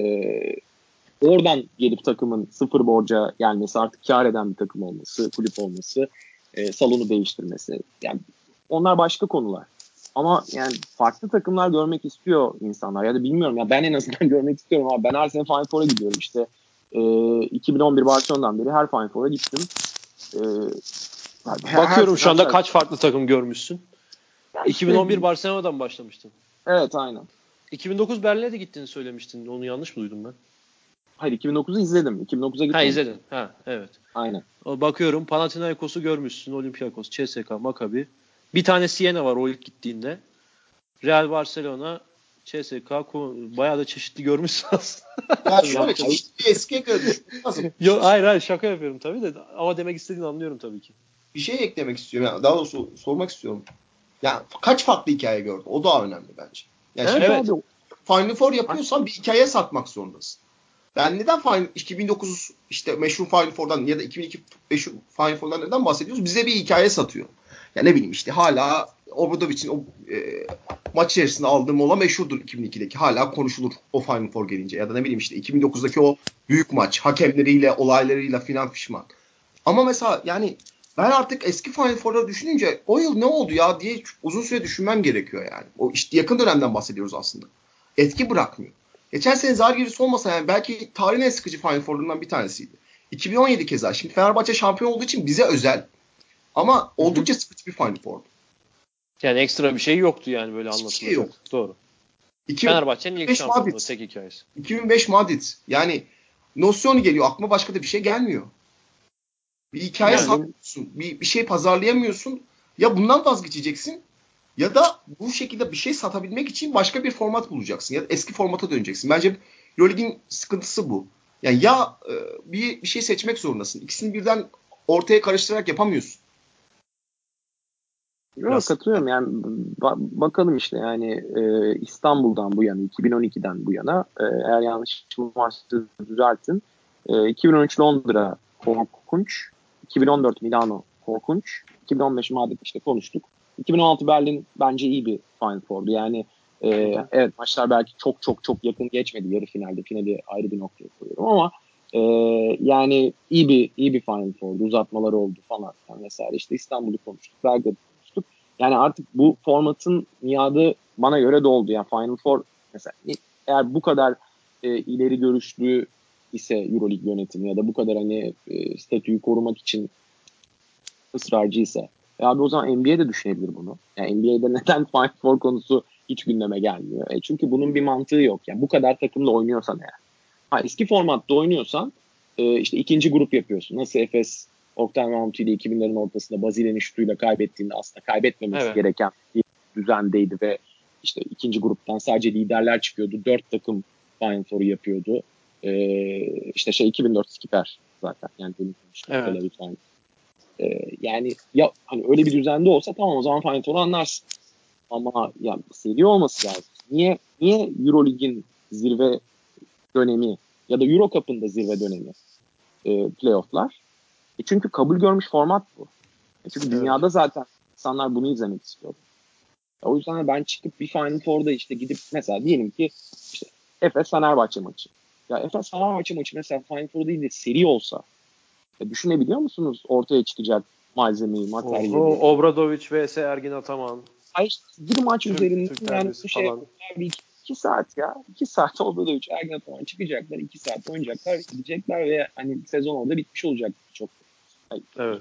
oradan gelip takımın sıfır borca gelmesi, artık kar eden bir takım olması, kulüp olması, e, salonu değiştirmesi. Yani onlar başka konular. Ama yani farklı takımlar görmek istiyor insanlar. Ya da bilmiyorum ya ben en azından görmek istiyorum. Abi ben her sene Final Four'a gidiyorum işte. E, iki bin on bir Barcelona'dan beri her Final Four'a gittim. E, Bakıyorum şu anda kaç farklı takım görmüşsün. Işte, iki bin on bir Barcelona'dan başlamıştın. Evet aynen. iki bin dokuz Berlin'e de gittiğini söylemiştin. Onu yanlış mı duydum ben? Hayır iki bin dokuzu izledim. iki bin dokuza gittim. Ha izledin. Ha evet. Aynen. Bakıyorum Panathinaikos'u görmüşsün. Olympiakos, C S K, Maccabi. Bir tane Siena var o ilk gittiğinde. Real Barcelona, C S K bayağı da çeşitli görmüşsün aslında. Ya şöyle çeşitli eskiye göre düşünmek lazım. Yok hayır hayır şaka yapıyorum tabii de ama demek istediğini anlıyorum tabii ki. Bir şey eklemek istiyorum. Yani daha doğrusu sormak istiyorum. Yani kaç farklı hikaye gördün? O da önemli bence. Yani evet, evet. Final Four yapıyorsan bir hikaye satmak zorundasın. Yani neden Final, iki bin dokuz işte meşhur Final Four'dan ya da iki bin iki meşhur Final Four'dan neden bahsediyoruz? Bize bir hikaye satıyor. Ya ne bileyim işte hala Obradovic'in o e, maç içerisinde aldığı mola meşhurdur iki bin ikideki. Hala konuşulur o Final Four gelince. Ya da ne bileyim işte iki bin dokuzdaki o büyük maç hakemleriyle, olaylarıyla filan fişman. Ama mesela yani ben artık eski Final Four'ları düşününce o yıl ne oldu ya diye uzun süre düşünmem gerekiyor yani. O işte yakın dönemden bahsediyoruz aslında. Etki bırakmıyor. Geçen sene Žalgiris olmasa yani belki tarihin en sıkıcı Final Four'larından bir tanesiydi. iki bin on yedi keza. Şimdi Fenerbahçe şampiyon olduğu için bize özel. Ama oldukça hı hı. sıkıcı bir Final Four'du. Yani ekstra bir şey yoktu yani böyle anlatılacak. Hiçbir şey yok. Doğru. İki, Fenerbahçe'nin ilk şampiyonluğu tek hikayesi. iki bin beş Madrid. Yani nosyonu geliyor. Aklıma başka da bir şey gelmiyor. Bir hikaye yani, satmıyorsun. Bir, bir şey pazarlayamıyorsun. Ya bundan vazgeçeceksin ya da bu şekilde bir şey satabilmek için başka bir format bulacaksın. Ya da eski formata döneceksin. Bence Euroleague'in sıkıntısı bu. Yani ya e, bir, bir şey seçmek zorundasın. İkisini birden ortaya karıştırarak yapamıyorsun. Yok, katılıyorum yani ba- bakalım işte yani e, İstanbul'dan bu yana, iki bin on ikiden bu yana e, eğer yanlışım varsa düzeltin, e, iki bin on üç Londra korkunç, iki bin on dört Milano korkunç, iki bin on beş Madrid işte konuştuk, iki bin on altı Berlin bence iyi bir Final Four'du yani. e, evet, maçlar belki çok çok çok yakın geçmedi, yarı finalde finali ayrı bir noktaya koyuyorum ama e, yani iyi bir iyi bir Final Four'du, uzatmalar oldu falan yani vesaire, işte İstanbul'u konuştuk, Belgrad'ı konuştuk. Yani artık bu formatın miadı bana göre doldu. Yani Final Four mesela eğer bu kadar e, ileri görüşlü ise EuroLeague yönetimi ya da bu kadar hani e, statüyü korumak için ısrarcı ise e abi o zaman N B A de düşünebilir bunu. Yani N B A'de neden Final Four konusu hiç gündeme gelmiyor? E çünkü bunun bir mantığı yok. Yani bu kadar takımla oynuyorsan eğer. Ha, eski formatta oynuyorsan e, işte ikinci grup yapıyorsun. Nasıl Efes Oktay Mahmut ile iki binlerin ortasında Bazile'nin şutuyla kaybettiğinde aslında kaybetmemesi Evet. gereken bir düzendeydi ve işte ikinci gruptan sadece liderler çıkıyordu. Dört takım Final Four'u yapıyordu. Ee, işte şey iki bin dört Skipper zaten. Yani benim Evet. lütfen. Ee, yani ya hani öyle bir düzende olsa tamam, o zaman Final Four'u anlarsın. Ama ya seri olması lazım. Niye niye EuroLeague'in zirve dönemi ya da Euro Cup'ın da zirve dönemi e, playoff'lar? E çünkü kabul görmüş format bu. E çünkü Evet. dünyada zaten insanlar bunu izlemek istiyor. E o yüzden ben çıkıp bir Final Four'da işte gidip mesela diyelim ki işte Efes Fenerbahçe maçı. Ya Efes Fenerbahçe maçı mesela Final Four değil de seri olsa, e düşünebiliyor musunuz ortaya çıkacak malzemeyi, materyali? Oho, Obradovic vs Ergin Ataman. Hayır, bir maç Türk, üzerinde Türk yani derbisi bu şey falan. abi iki, iki saat ya. iki saat oldu da üç Ergin Ataman çıkacaklar. iki saat oynayacaklar, gidecekler ve hani sezon orada bitmiş olacak çok. Hayır, Evet.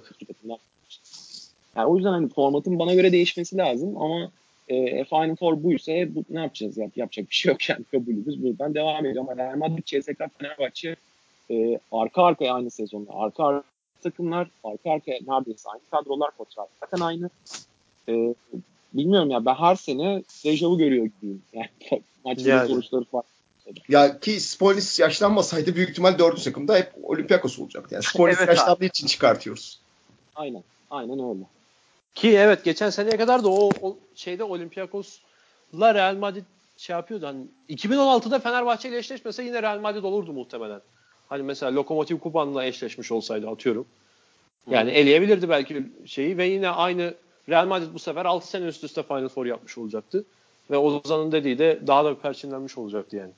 yani o yüzden hani formatın bana göre değişmesi lazım ama e, Final Four buysa bu, ne yapacağız? Yap, yapacak bir şey yok yani, kabulümüz buradan devam ediyor. Ama Real Madrid, C S K A, Fenerbahçe e, arka arkaya aynı sezonda. Arka arkaya takımlar, arka arkaya neredeyse aynı kadrolar, koçlar zaten aynı. E, bilmiyorum ya, ben her sene dejavu görüyor gibiyim. Yani maçların Yani. sonuçları farklı. Ya ki Spolis yaşlanmasaydı büyük ihtimal dördüncü takımda hep Olympiakos olacaktı. Yani Spolis Evet yaşlandığı için çıkartıyoruz. Aynen. Aynen öyle. Ki evet, geçen seneye kadar da o, o şeyde Olympiakos'la Real Madrid şey yapıyordu. Hani iki bin on altıda Fenerbahçe ile eşleşmese yine Real Madrid olurdu muhtemelen. Hani mesela Lokomotiv Kuban'la eşleşmiş olsaydı, atıyorum. Yani Hı-hı. eleyebilirdi belki şeyi ve yine aynı Real Madrid bu sefer altı sene üst üste Final Four yapmış olacaktı. Ve Ozan'ın dediği de daha da perçinlenmiş olacaktı yani.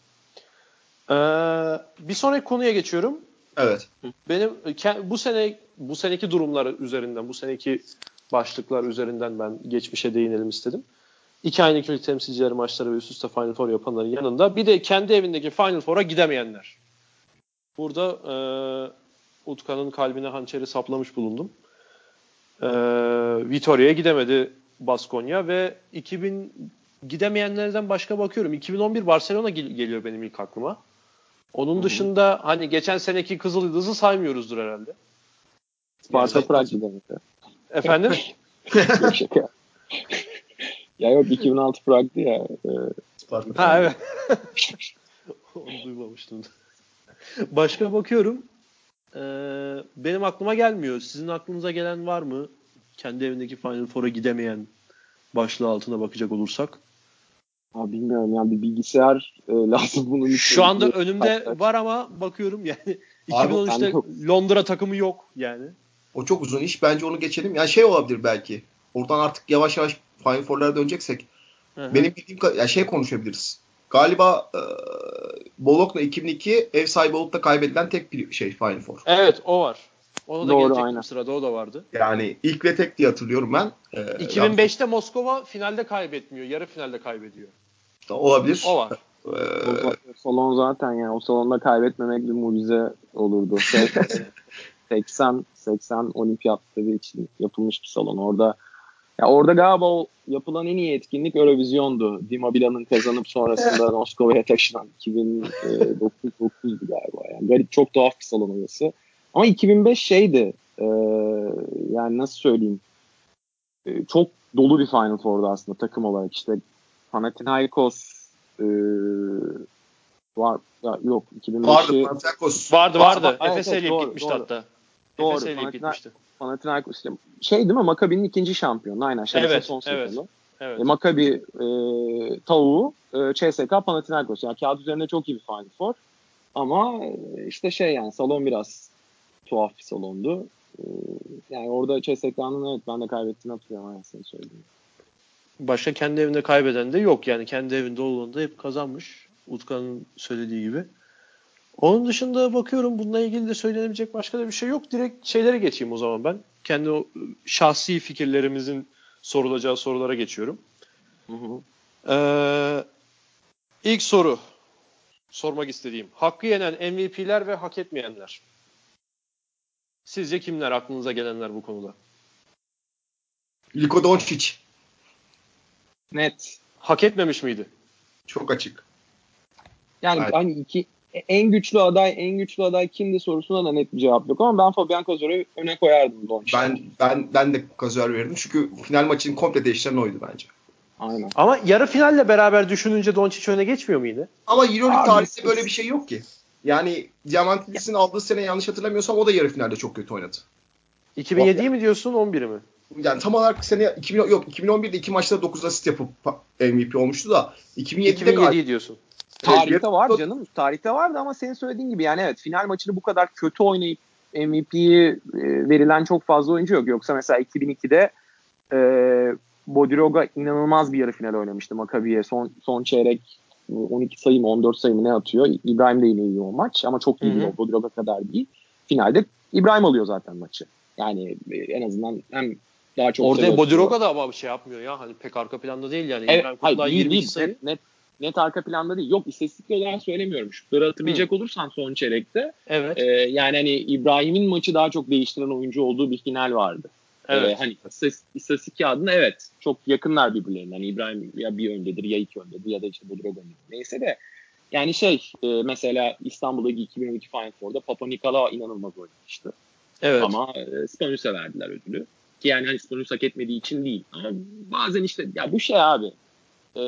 Ee, bir sonraki konuya geçiyorum. Evet. Benim bu sene bu seneki durumlar üzerinden, bu seneki başlıklar üzerinden ben geçmişe değinelim istedim. İki aynı ülke temsilcileri maçları ve üst üste Final Four yapanların yanında bir de kendi evindeki Final Four'a gidemeyenler. Burada e, Utkan'ın kalbine hançeri saplamış bulundum. E, Vitoria'ya gidemedi Baskonya ve iki bin gidemeyenlerden başka bakıyorum. iki bin on bir Barcelona gel- geliyor benim ilk aklıma. Onun Hı-hı. dışında hani geçen seneki Kızıl Yıldız'ı saymıyoruzdur herhalde. Sparta Yani, Prag demek. efendim? Yok, şaka. Ya yok, iki bin altı Prag'dı ya. E, Ha evet. Onu duymamıştım. Başka bakıyorum. Ee, benim aklıma gelmiyor. Sizin aklınıza gelen var mı? Kendi evindeki Final Four'a gidemeyen başlığı altına bakacak olursak. Abi bilmiyorum yani, bir bilgisayar e, lazım bunun için. Şu anda önümde var ama bakıyorum yani Abi, iki bin on üçte Londra takımı yok yani. o çok uzun iş. Bence onu geçelim. Yani şey olabilir belki. Oradan artık yavaş yavaş Final Four'lara döneceksek. Hı hı. Benim bildiğim kadar yani şey konuşabiliriz. Galiba e, Bologna iki bin iki ev sahibi olup da kaybedilen tek bir şey Final Four. Evet, o var. Ona da Doğru, gelecektim aynen. sırada, o da vardı. Yani ilk ve tek diye hatırlıyorum ben. Ee, iki bin beşte Moskova finalde kaybetmiyor. Yarı finalde kaybediyor. O olabilir. var. Ee, O, o salon zaten yani, o salonda kaybetmemek bir mucize olurdu. seksen seksen olimpiyatları için yapılmış bir salon. Orada ya orada galiba o yapılan en iyi etkinlik Eurovision'du. Dima Bila'nın kazanıp sonrasında Moskova'ya taşınan iki bin dokuzdu galiba. Yani garip, çok tuhaf bir salon orası. Ama iki bin beş şeydi. E, yani nasıl söyleyeyim? E, çok dolu bir Final Four'du aslında takım olarak. İşte Panathinaikos, e, Var. Ya, yok. iki bin beşi Vardı Panathinaikos. Vardı vardı. Evet, Efes evet, eleyip doğru, gitmişti doğru. hatta. Doğru. Efes eleyip Panathina- gitmişti. Panathinaikos işte şey değil mi? Maccabi'nin ikinci şampiyonu. Aynen. Şeref'in Evet, son evet. sezonu. Evet. E, Maccabi e, tavuğu e, C S K Panathinaikos. Yani kağıt üzerinde çok iyi bir Final Four. Ama e, işte şey yani salon biraz tuhaf bir salondu. E, yani orada C S K'nın evet ben de kaybettiğini hatırlıyorum. Aynen senin söylediğin. Başka kendi evinde kaybeden de yok. Yani kendi evinde olduğunda hep kazanmış. Utkan'ın söylediği gibi. Onun dışında bakıyorum bununla ilgili de söylenebilecek başka da bir şey yok. Direkt şeylere geçeyim o zaman ben. Kendi o şahsi fikirlerimizin sorulacağı sorulara geçiyorum. Hı hı. Ee, ilk soru sormak istediğim. Hakkı yenen M V P'ler ve hak etmeyenler. Sizce kimler aklınıza gelenler bu konuda? Luka Doncic. Net. Hak etmemiş miydi? Çok açık. Yani Aynen. hani iki en güçlü aday en güçlü aday kimdi sorusuna da net bir cevap yok ama ben Fabian Cazor'u öne koyardım Doncic'ten. Ben ben ben de Cazor verirdim. Çünkü final maçını komple değiştiren oydu bence. Aynen. Ama yarı finalle beraber düşününce Doncic öne geçmiyor muydu? Ama Euroleague Abi, tarihinde siz- böyle bir şey yok ki. Yani Diamantidis'in aldığı sene yanlış hatırlamıyorsam o da yarı finalde çok kötü oynadı. iki bin yediyi mi diyorsun on biri mi? Yani tam olarak sene iki bin yok iki bin on birde iki maçta dokuz asist yapıp M V P olmuştu da iki bin yedide iki bin galiba yediyi diyorsun. Tarihte var canım. Tarihte vardı ama senin söylediğin gibi yani evet final maçını bu kadar kötü oynayıp M V P'yi e, verilen çok fazla oyuncu yok. Yoksa mesela iki bin ikide e, Bodiroga inanılmaz bir yarı final oynamıştı Maccabi'ye. Son, son çeyrek on iki sayı mı on dört sayı mı ne atıyor. İbrahim de yine iyi o maç ama çok iyi Hı hı. değil o Bodiroga kadar değil. Finalde İbrahim alıyor zaten maçı. Yani e, en azından hem daha çok Orada sayı Bodiroga atıyor. da ama bir şey yapmıyor ya. Hani pek arka planda değil yani. Evet, İbrahim hayır Kutlay değil yirmi iki değil. sayı. Net, net, net arka planda değil. Yok istatistik olarak söylemiyorum. Şutları hatırlayacak olursan son çeyrekte. Evet. E, yani hani İbrahim'in maçı daha çok değiştiren oyuncu olduğu bir final vardı. Evet. E, hani istatistik kağıdına evet çok yakınlar birbirlerine. Hani İbrahim ya bir öndedir ya iki öndedir ya da işte Bodiroga öndedir. Neyse de yani şey e, mesela İstanbul'daki iki bin on iki Final Four'da Papa Nikola inanılmaz oynamıştı. Evet. Ama e, Spanulis'e verdiler ödülü. Ki yani hani Spanulis hak etmediği için değil. Ama bazen işte ya bu şey abi e,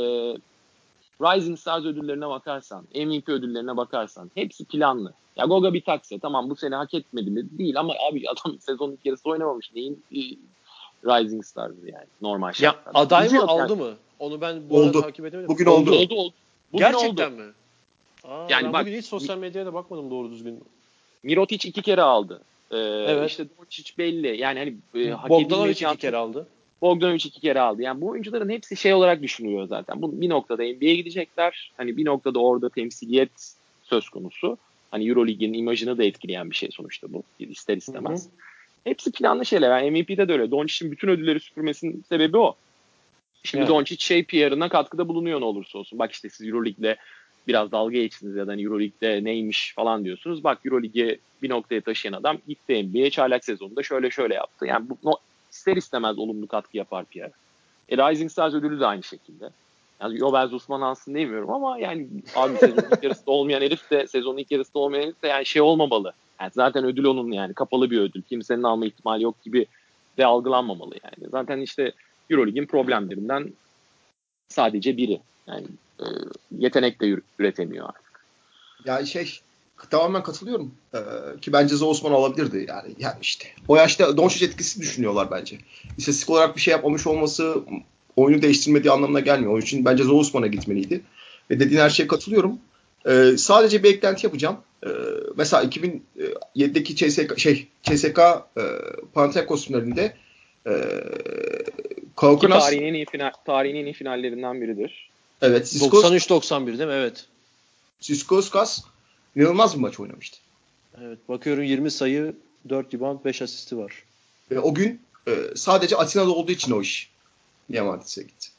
Rising Stars ödüllerine bakarsan, M V P ödüllerine bakarsan hepsi planlı. Ya Goga Bitadze tamam bu sene hak etmedi mi? Değil ama abi adam sezonun ilk yarısı oynamamış. Neyin e, Rising Stars yani normal şartlarda. Ya aday Gücü mı yok aldı yani. mı? Onu ben bu arada oldu. takip edemedim. Bugün Oldu oldu. oldu oldu. Bugün Gerçekten oldu. mi? Aa, Yani ben bak, bugün hiç sosyal medyaya da bakmadım doğru düzgün. Mirotic iki kere aldı. Ee, Evet. İşte Doncic belli. Yani hani e, hak Bogdanovic edilme iki şansı. kere aldı. Bogdanovic iki kere aldı. Yani bu oyuncuların hepsi şey olarak düşünülüyor zaten. Bu bir noktada N B A'ye gidecekler. Hani bir noktada orada temsiliyet söz konusu. Hani Euroleague'in imajını da etkileyen bir şey sonuçta bu. İster istemez. Hı hı. Hepsi planlı şeyler. Yani M V P'de de öyle. Doncic'in bütün ödülleri süpürmesinin sebebi o. Şimdi yani. Doncic şey P R'ına katkıda bulunuyor ne olursa olsun. Bak işte siz Euroleague'le biraz dalga geçtiniz ya da hani Euroleague'de neymiş falan diyorsunuz. Bak Euroleague'e bir noktaya taşıyan adam gitti N B A'ye çaylak sezonunda şöyle şöyle yaptı. Yani bu no, ister istemez olumlu katkı yapar P R. E, Rising Stars ödülü de aynı şekilde. Yani Yobel Zusman alsın demiyorum ama yani abi sezonun ilk yarısında olmayan herif de sezonun ilk yarısında olmayan herif de yani şey olmamalı. Yani zaten ödül onun yani kapalı bir ödül. Kimsenin alma ihtimali yok gibi de algılanmamalı yani. Zaten işte Euroleague'in problemlerinden sadece biri. Yani e, yetenek de üretemiyor artık. Yani şey tamamen katılıyorum. Ee, ki bence Osman alabilirdi yani. Yani işte o yaşta Doncic etkisi düşünüyorlar bence. İstatistik olarak bir şey yapmamış olması oyunu değiştirmediği anlamına gelmiyor. Onun için bence Osman'a gitmeliydi. Ve dediğin her şeye katılıyorum. Ee, sadece bir eklenti yapacağım. Ee, mesela iki bin yedideki C S K şey C S K e, Panathinaikos finalinde e, Kaukanas tarihin en iyi final tarihin en iyi finallerinden biridir. Evet, doksan üç doksan bir değil mi? Evet. Siskoskas inanılmaz bir maç oynamıştı. Evet, bakıyorum yirmi sayı, dört rebound, beş asisti var. Ve o gün e, sadece Atina'da olduğu için o iş Diamantidis'e gitti.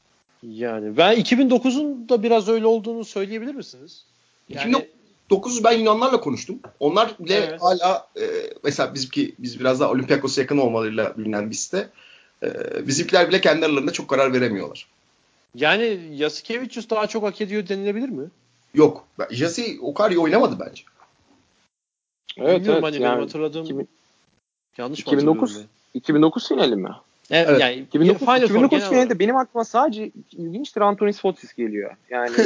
Yani ben iki bin dokuzun da biraz öyle olduğunu söyleyebilir misiniz? Yani... iki bin dokuz ben Yunanlarla konuştum. Onlar bile evet. hala e, mesela bizimki biz biraz daha Olympiakos'a yakın olmalarıyla bilinen bir site. E, bizimkiler bile kendi aralarında çok karar veremiyorlar. Yani Jasikevicius daha çok hak ediyor denilebilir mi? Yok. Jasi o kadar iyi oynamadı bence. Evet, bilmiyorum evet, hani yani benim hatırladığım iki bin, yanlış iki bin dokuz, mı hatırlıyorum iki bin dokuz finali mi? Evet, evet. Yani iki bin dokuz, Final iki bin dokuz Four finalinde benim aklıma sadece ilginçtir Antonis Fotis geliyor. Yani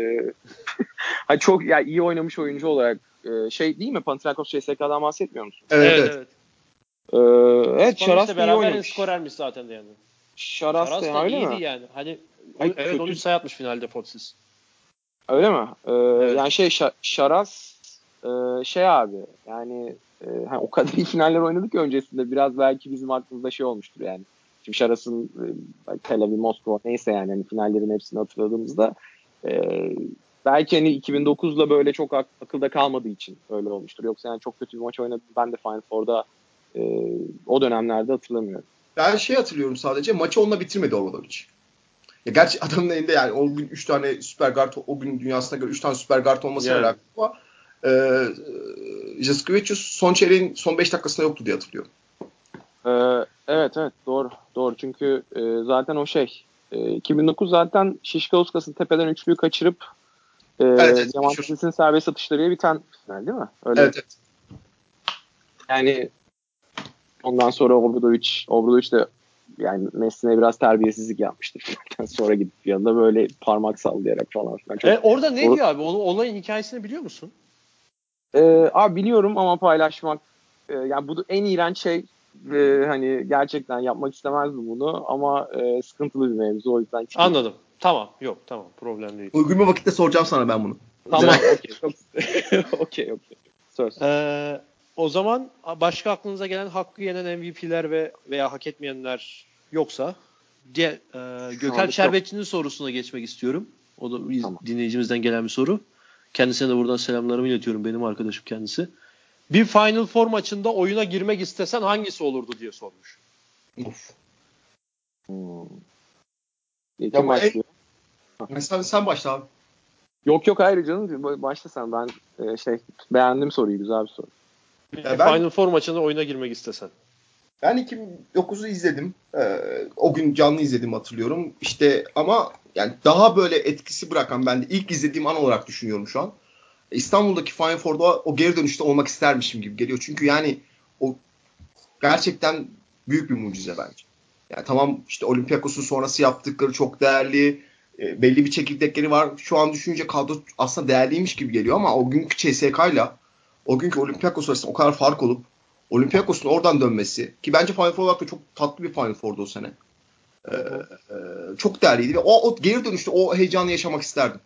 e, çok ya iyi oynamış oyuncu olarak e, şey değil mi? Panathinaikos C S K'dan bahsetmiyor musun? Evet evet. evet. evet. Ee, evet Şaras da iyi beraber en oynamış. skorermiş zaten de yani. Şaras, Şaras da da öyle iyiydi mi? yani. Hani o, Ay, evet kötü. on üç sayı atmış finalde Fotis. Öyle mi? Ee, Evet. Yani şey Şa- Şaras e, şey abi yani e, hani o kadar iyi finaller oynadık ki öncesinde biraz belki bizim aklımızda şey olmuştur yani. Şimdi Şaras'ın e, Tel Aviv, Moskova neyse yani hani finallerin hepsini hatırladığımızda e, belki hani iki bin dokuzla böyle çok ak- akılda kalmadığı için öyle olmuştur. Yoksa yani çok kötü bir maç oynadı. Ben de Final Four'da e, o dönemlerde hatırlamıyorum. Ben şey hatırlıyorum sadece maçı onunla bitirmedi Obradovic. Ya gerçi adamın elinde yani o gün üç tane süper guard, o gün dünyasına göre üç tane süper guard olmasına Yani. rağmen ama e, Jaskevicius son çeyreğin son beş dakikasında yoktu diye hatırlıyorum. Ee, evet evet doğru doğru çünkü e, zaten o şey e, iki bin dokuz zaten Şişkauskas tepeden üçlüyü kaçırıp e, Evet, evet, Diamantidis'in serbest atışlarıyla biten final değil mi? Öyle. Evet evet. Yani ondan sonra Obradovic Obradovic de yani Messi'ne biraz terbiyesizlik yapmıştır finalden sonra gidip yanında böyle parmak sallayarak falan filan. Çok, E, orada ne or- diyor abi? Onun olayın hikayesini biliyor musun? Ee, abi biliyorum ama paylaşmak e, yani bu da en iğrenç şey e, hani gerçekten yapmak istemezdim bunu ama e, sıkıntılı bir mevzu o yüzden çıkayım. Anladım. Tamam. Yok tamam. Problem değil. Uygun bir vakitte soracağım sana ben bunu. Tamam okey çok okey okey söz. Ee, o zaman başka aklınıza gelen hakkı yenen M V P'ler ve veya hak etmeyenler yoksa diye, e, Gökalp Şerbetçi'nin sorusuna geçmek istiyorum. O da biz, Tamam. dinleyicimizden gelen bir soru. Kendisine de buradan selamlarımı iletiyorum. Benim arkadaşım kendisi. Bir Final Four maçında oyuna girmek istesen hangisi olurdu diye sormuş. Of. Hmm. Kim Ya başlıyor? En... Sen, sen başla abi. Yok yok hayır canım başla sen ben e, şey beğendim soruyu güzel bir soru. Bir Ya ben, Final Four maçında oyuna girmek istesen. Ben iki bin dokuzu izledim. Ee, o gün canlı izledim hatırlıyorum. İşte ama yani daha böyle etkisi bırakan ben de ilk izlediğim an olarak düşünüyorum şu an. İstanbul'daki Final Four'da o geri dönüşte olmak istermişim gibi geliyor. Çünkü yani o gerçekten büyük bir mucize bence. Yani tamam işte Olympiakos'un sonrası yaptıkları çok değerli. E, belli bir çekirdekleri var. Şu an düşününce kadro aslında değerliymiş gibi geliyor ama o günkü C S K'yla o günkü Olympiakos arasında o kadar fark olup Olympiakos'un oradan dönmesi ki bence Final Four olarak da çok tatlı bir Final Four'du o sene. Ee, e, çok değerliydi ve o, o geri dönüşte o heyecanı yaşamak isterdim.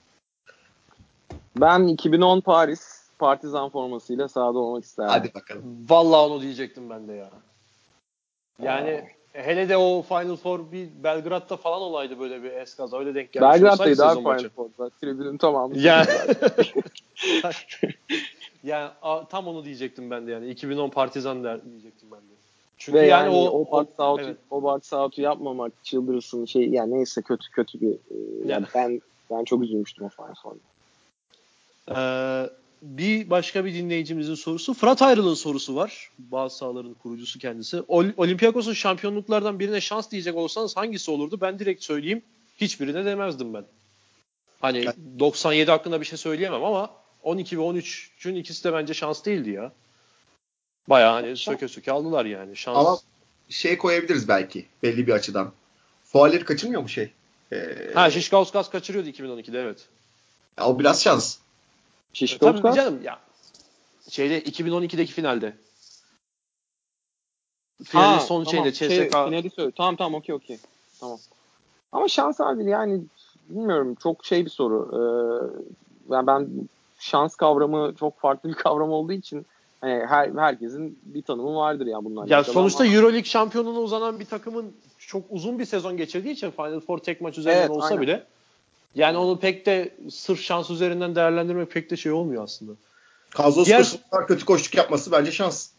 Ben iki bin on Paris Partizan formasıyla sahada olmak isterdim. Hadi bakalım. Vallahi onu diyecektim ben de ya. Yani Aa. hele de o Final Four bir Belgrad'da falan olaydı böyle bir eskaza. Öyle denk gelmiş Belgrad'daydı abi sezon Final maçı. Four'da. Tribünün tamamı. Yani, yani tam onu diyecektim ben de yani. iki bin on Partizan der diyecektim ben de. Çünkü Ve yani, yani o o box out'u evet. o box out'u yapmamak çıldırırsın şey yani neyse kötü kötü bir e, yani yani ben ben çok üzülmüştüm o Final Four'da. Ee, bir başka bir dinleyicimizin sorusu. Fırat Ayrıl'ın sorusu var. Bazı sahaların kurucusu kendisi. Ol- Olympiakos'un şampiyonluklardan birine şans diyecek olsanız hangisi olurdu? Ben direkt söyleyeyim. Hiçbirine demezdim ben. Hani doksan yedi hakkında bir şey söyleyemem ama on iki ve on üçün ikisi de bence şans değildi ya. Bayağı hani söke söke aldılar yani. Şans. Ama şey koyabiliriz belki belli bir açıdan. Fualleri kaçırmıyor mu şey? Ee, ha Şişkauskas kaçırıyordu iki bin on ikide evet. Ya o biraz şans. Şişkauskas? Tabii canım ya. Şeyde iki bin on ikideki finalde. Finalin Ha, son tamam. şeyinde C S K. Şey, finali söyle. Tamam tamam okey okey. Tamam. Ama şans abi yani bilmiyorum çok şey bir soru. Ee, yani ben şans kavramı çok farklı bir kavram olduğu için hani her herkesin bir tanımı vardır ya bununla alakalı. Ya sonuçta ama... EuroLeague şampiyonluğuna uzanan bir takımın çok uzun bir sezon geçirdiği için Final Four tek maç üzerinden Evet, olsa aynen. bile yani onu pek de sırf şans üzerinden değerlendirmek pek de şey olmuyor aslında. Kazos Diğer... kadar kötü koştuk yapması bence şans.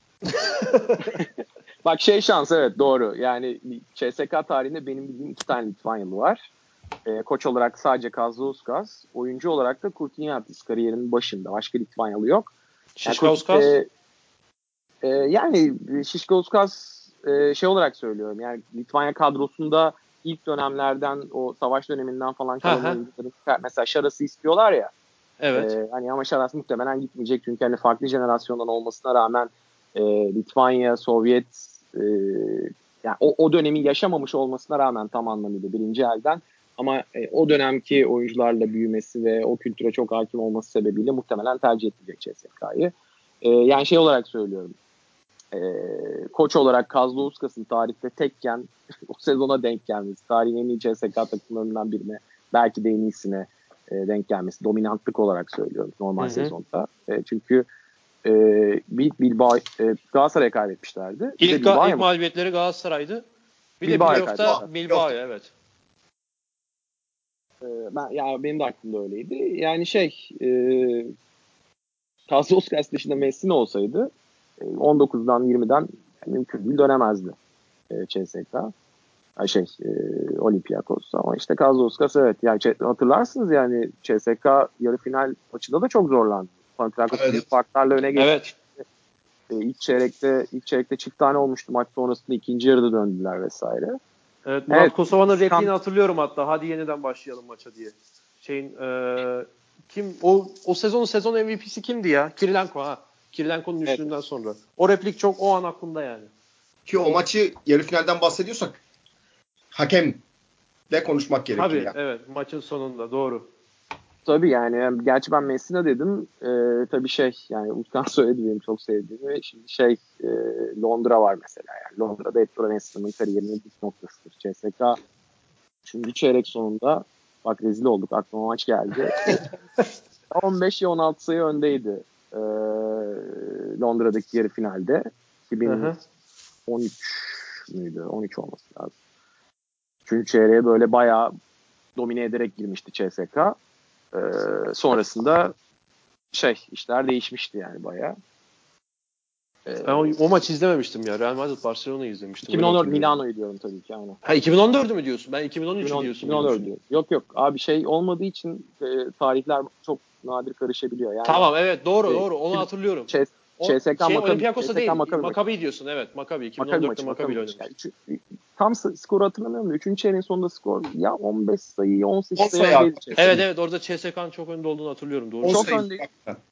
Bak şey şans evet doğru. Yani C S K tarihinde benim bildiğim iki tane Litvanyalı var. Ee, koç olarak sadece Kazlauskas, oyuncu olarak da Kurtiniatis kariyerinin başında. Başka Litvanyalı yok. Şişkauskas? Yani, e, yani Şişkauskas e, şey olarak söylüyorum. Yani Litvanya kadrosunda ilk dönemlerden o savaş döneminden falan kalan oyuncuların mesela Şaras'ı istiyorlar ya. Evet. E, hani ama Şaras muhtemelen gitmeyecek çünkü hani farklı jenerasyondan olmasına rağmen e, Litvanya, Sovyet e, yani o, o dönemi yaşamamış olmasına rağmen tam anlamıyla birinci elden ama e, o dönemki oyuncularla büyümesi ve o kültüre çok hakim olması sebebiyle muhtemelen tercih edilecek C S K'yı. E, yani şey olarak söylüyorum. E, koç olarak Kazlowskas'ın tarihte tekken o sezona denk gelmesi, tarihin en iyi C S K takımlarından birine, belki de en iyisine e, denk gelmesi. Dominantlık olarak söylüyorum normal hı hı. sezonda. E, çünkü e, Bilbao, e, Galatasaray'a kaybetmişlerdi. İlk, ga- ilk mağlubiyetleri Galatasaray'dı. Bir Bilbao'ya de playoff'ta Bilbao'ya evet. E, ben, yani benim de aklımda öyleydi. Yani şey e, Kazlowskis dışında Messina olsaydı on dokuzdan yirmiden yani mümkün değil dönemezdi e, C S K. Şey e, Olympiakos ama işte Kazlowskis evet yani hatırlarsınız yani C S K yarı final maçında da çok zorlandı. Olympiakos evet. Büyük farklarla öne geçti. Evet. E, ilk çeyrekte ilk çeyrekte çift tane olmuştu maç sonrasında ikinci yarıda döndüler vesaire. Evet Murat evet, Kosova'nın repliğini hatırlıyorum hatta hadi yeniden başlayalım maça diye. Şeyin e, kim o o sezonun sezon M V P'si kimdi ya? Kirilenko ha. Kirilenko'nun düştüğünden evet. sonra. O replik çok o an aklımda yani. Ki o maçı yarı finalden bahsediyorsak hakemle konuşmak gerekir Tabii, yani. evet maçın sonunda doğru. Tabii yani gerçi ben Messina dedim. Ee, tabii şey yani Utkan söyledi benim çok sevdiğimi. Şimdi şey e, Londra var mesela yani. Londra'da Ettore Messina'nın kariyerinin ilk noktasıdır. C S K üçüncü çeyrek sonunda bak rezil olduk aklıma maç geldi. on beş ya on altı sayı öndeydi. Ee, Londra'daki yarı finalde. iki bin on üç müydü? on üç olması lazım. Üçüncü çeyreğe böyle bayağı domine ederek girmişti C S K. Ee, sonrasında şey işler değişmişti yani bayağı. Ee, ben o, o maçı izlememiştim ya. Real Madrid Barcelona'yı izlemiştim. iki bin on dört Milano'yu diyorum tabii ki aynen. Ha iki bin on dördü mü diyorsun? Ben iki bin on üçü diyorsun. iki bin on dört diyorum. Yok yok abi şey olmadığı için e, tarihler çok nadir karışabiliyor yani. Tamam evet doğru e, doğru onu hatırlıyorum. Ç- C S K şey, Makabi, Olympiakos'ta değil. Makabi, Makabi diyorsun evet. Makabi iki bin on dörtte Makabi ile oynamış. Yani, tam skoru hatırlamıyorum da üçüncü çeyreğin sonunda skor ya on beş sayı on sekiz sayı öndeydi. Evet evet orada C S K'nın çok önde olduğunu hatırlıyorum. Doğru. Çok önde.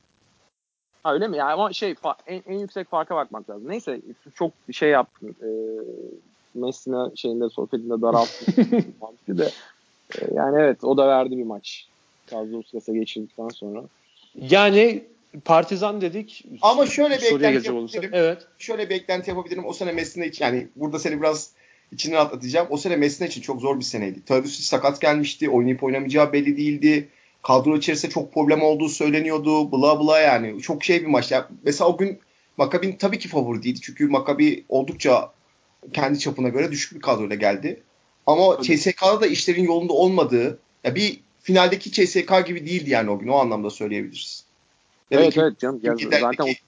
Ha öyle mi? Yani ama şey en, en yüksek farka bakmak lazım. Neyse çok şey yaptım. E, Messina şeyinde sohbetinde daralttım. de, e, yani evet o da verdi bir maç. Kazlowskas'a geçirdikten sonra. Yani Partizan dedik. Ama şöyle bir eklenti yapabilirim. Olursa, evet. Şöyle bir eklenti yapabilirim. O sene Messina için yani burada seni biraz içinden atlatacağım. O sene Messina için çok zor bir seneydi. Tadeusz sakat gelmişti. Oynayıp oynamayacağı belli değildi. Kadro içerisinde çok problem olduğu söyleniyordu. Bla bla yani. Çok şey bir maç. Yani mesela o gün Makabi'nin tabii ki favori değildi. Çünkü Makabi oldukça kendi çapına göre düşük bir kadroyla geldi. Ama C S K'da da işlerin yolunda olmadığı ya bir finaldeki C S K gibi değildi yani o gün. O anlamda söyleyebiliriz. Evet evet, evet canım. Ya zaten o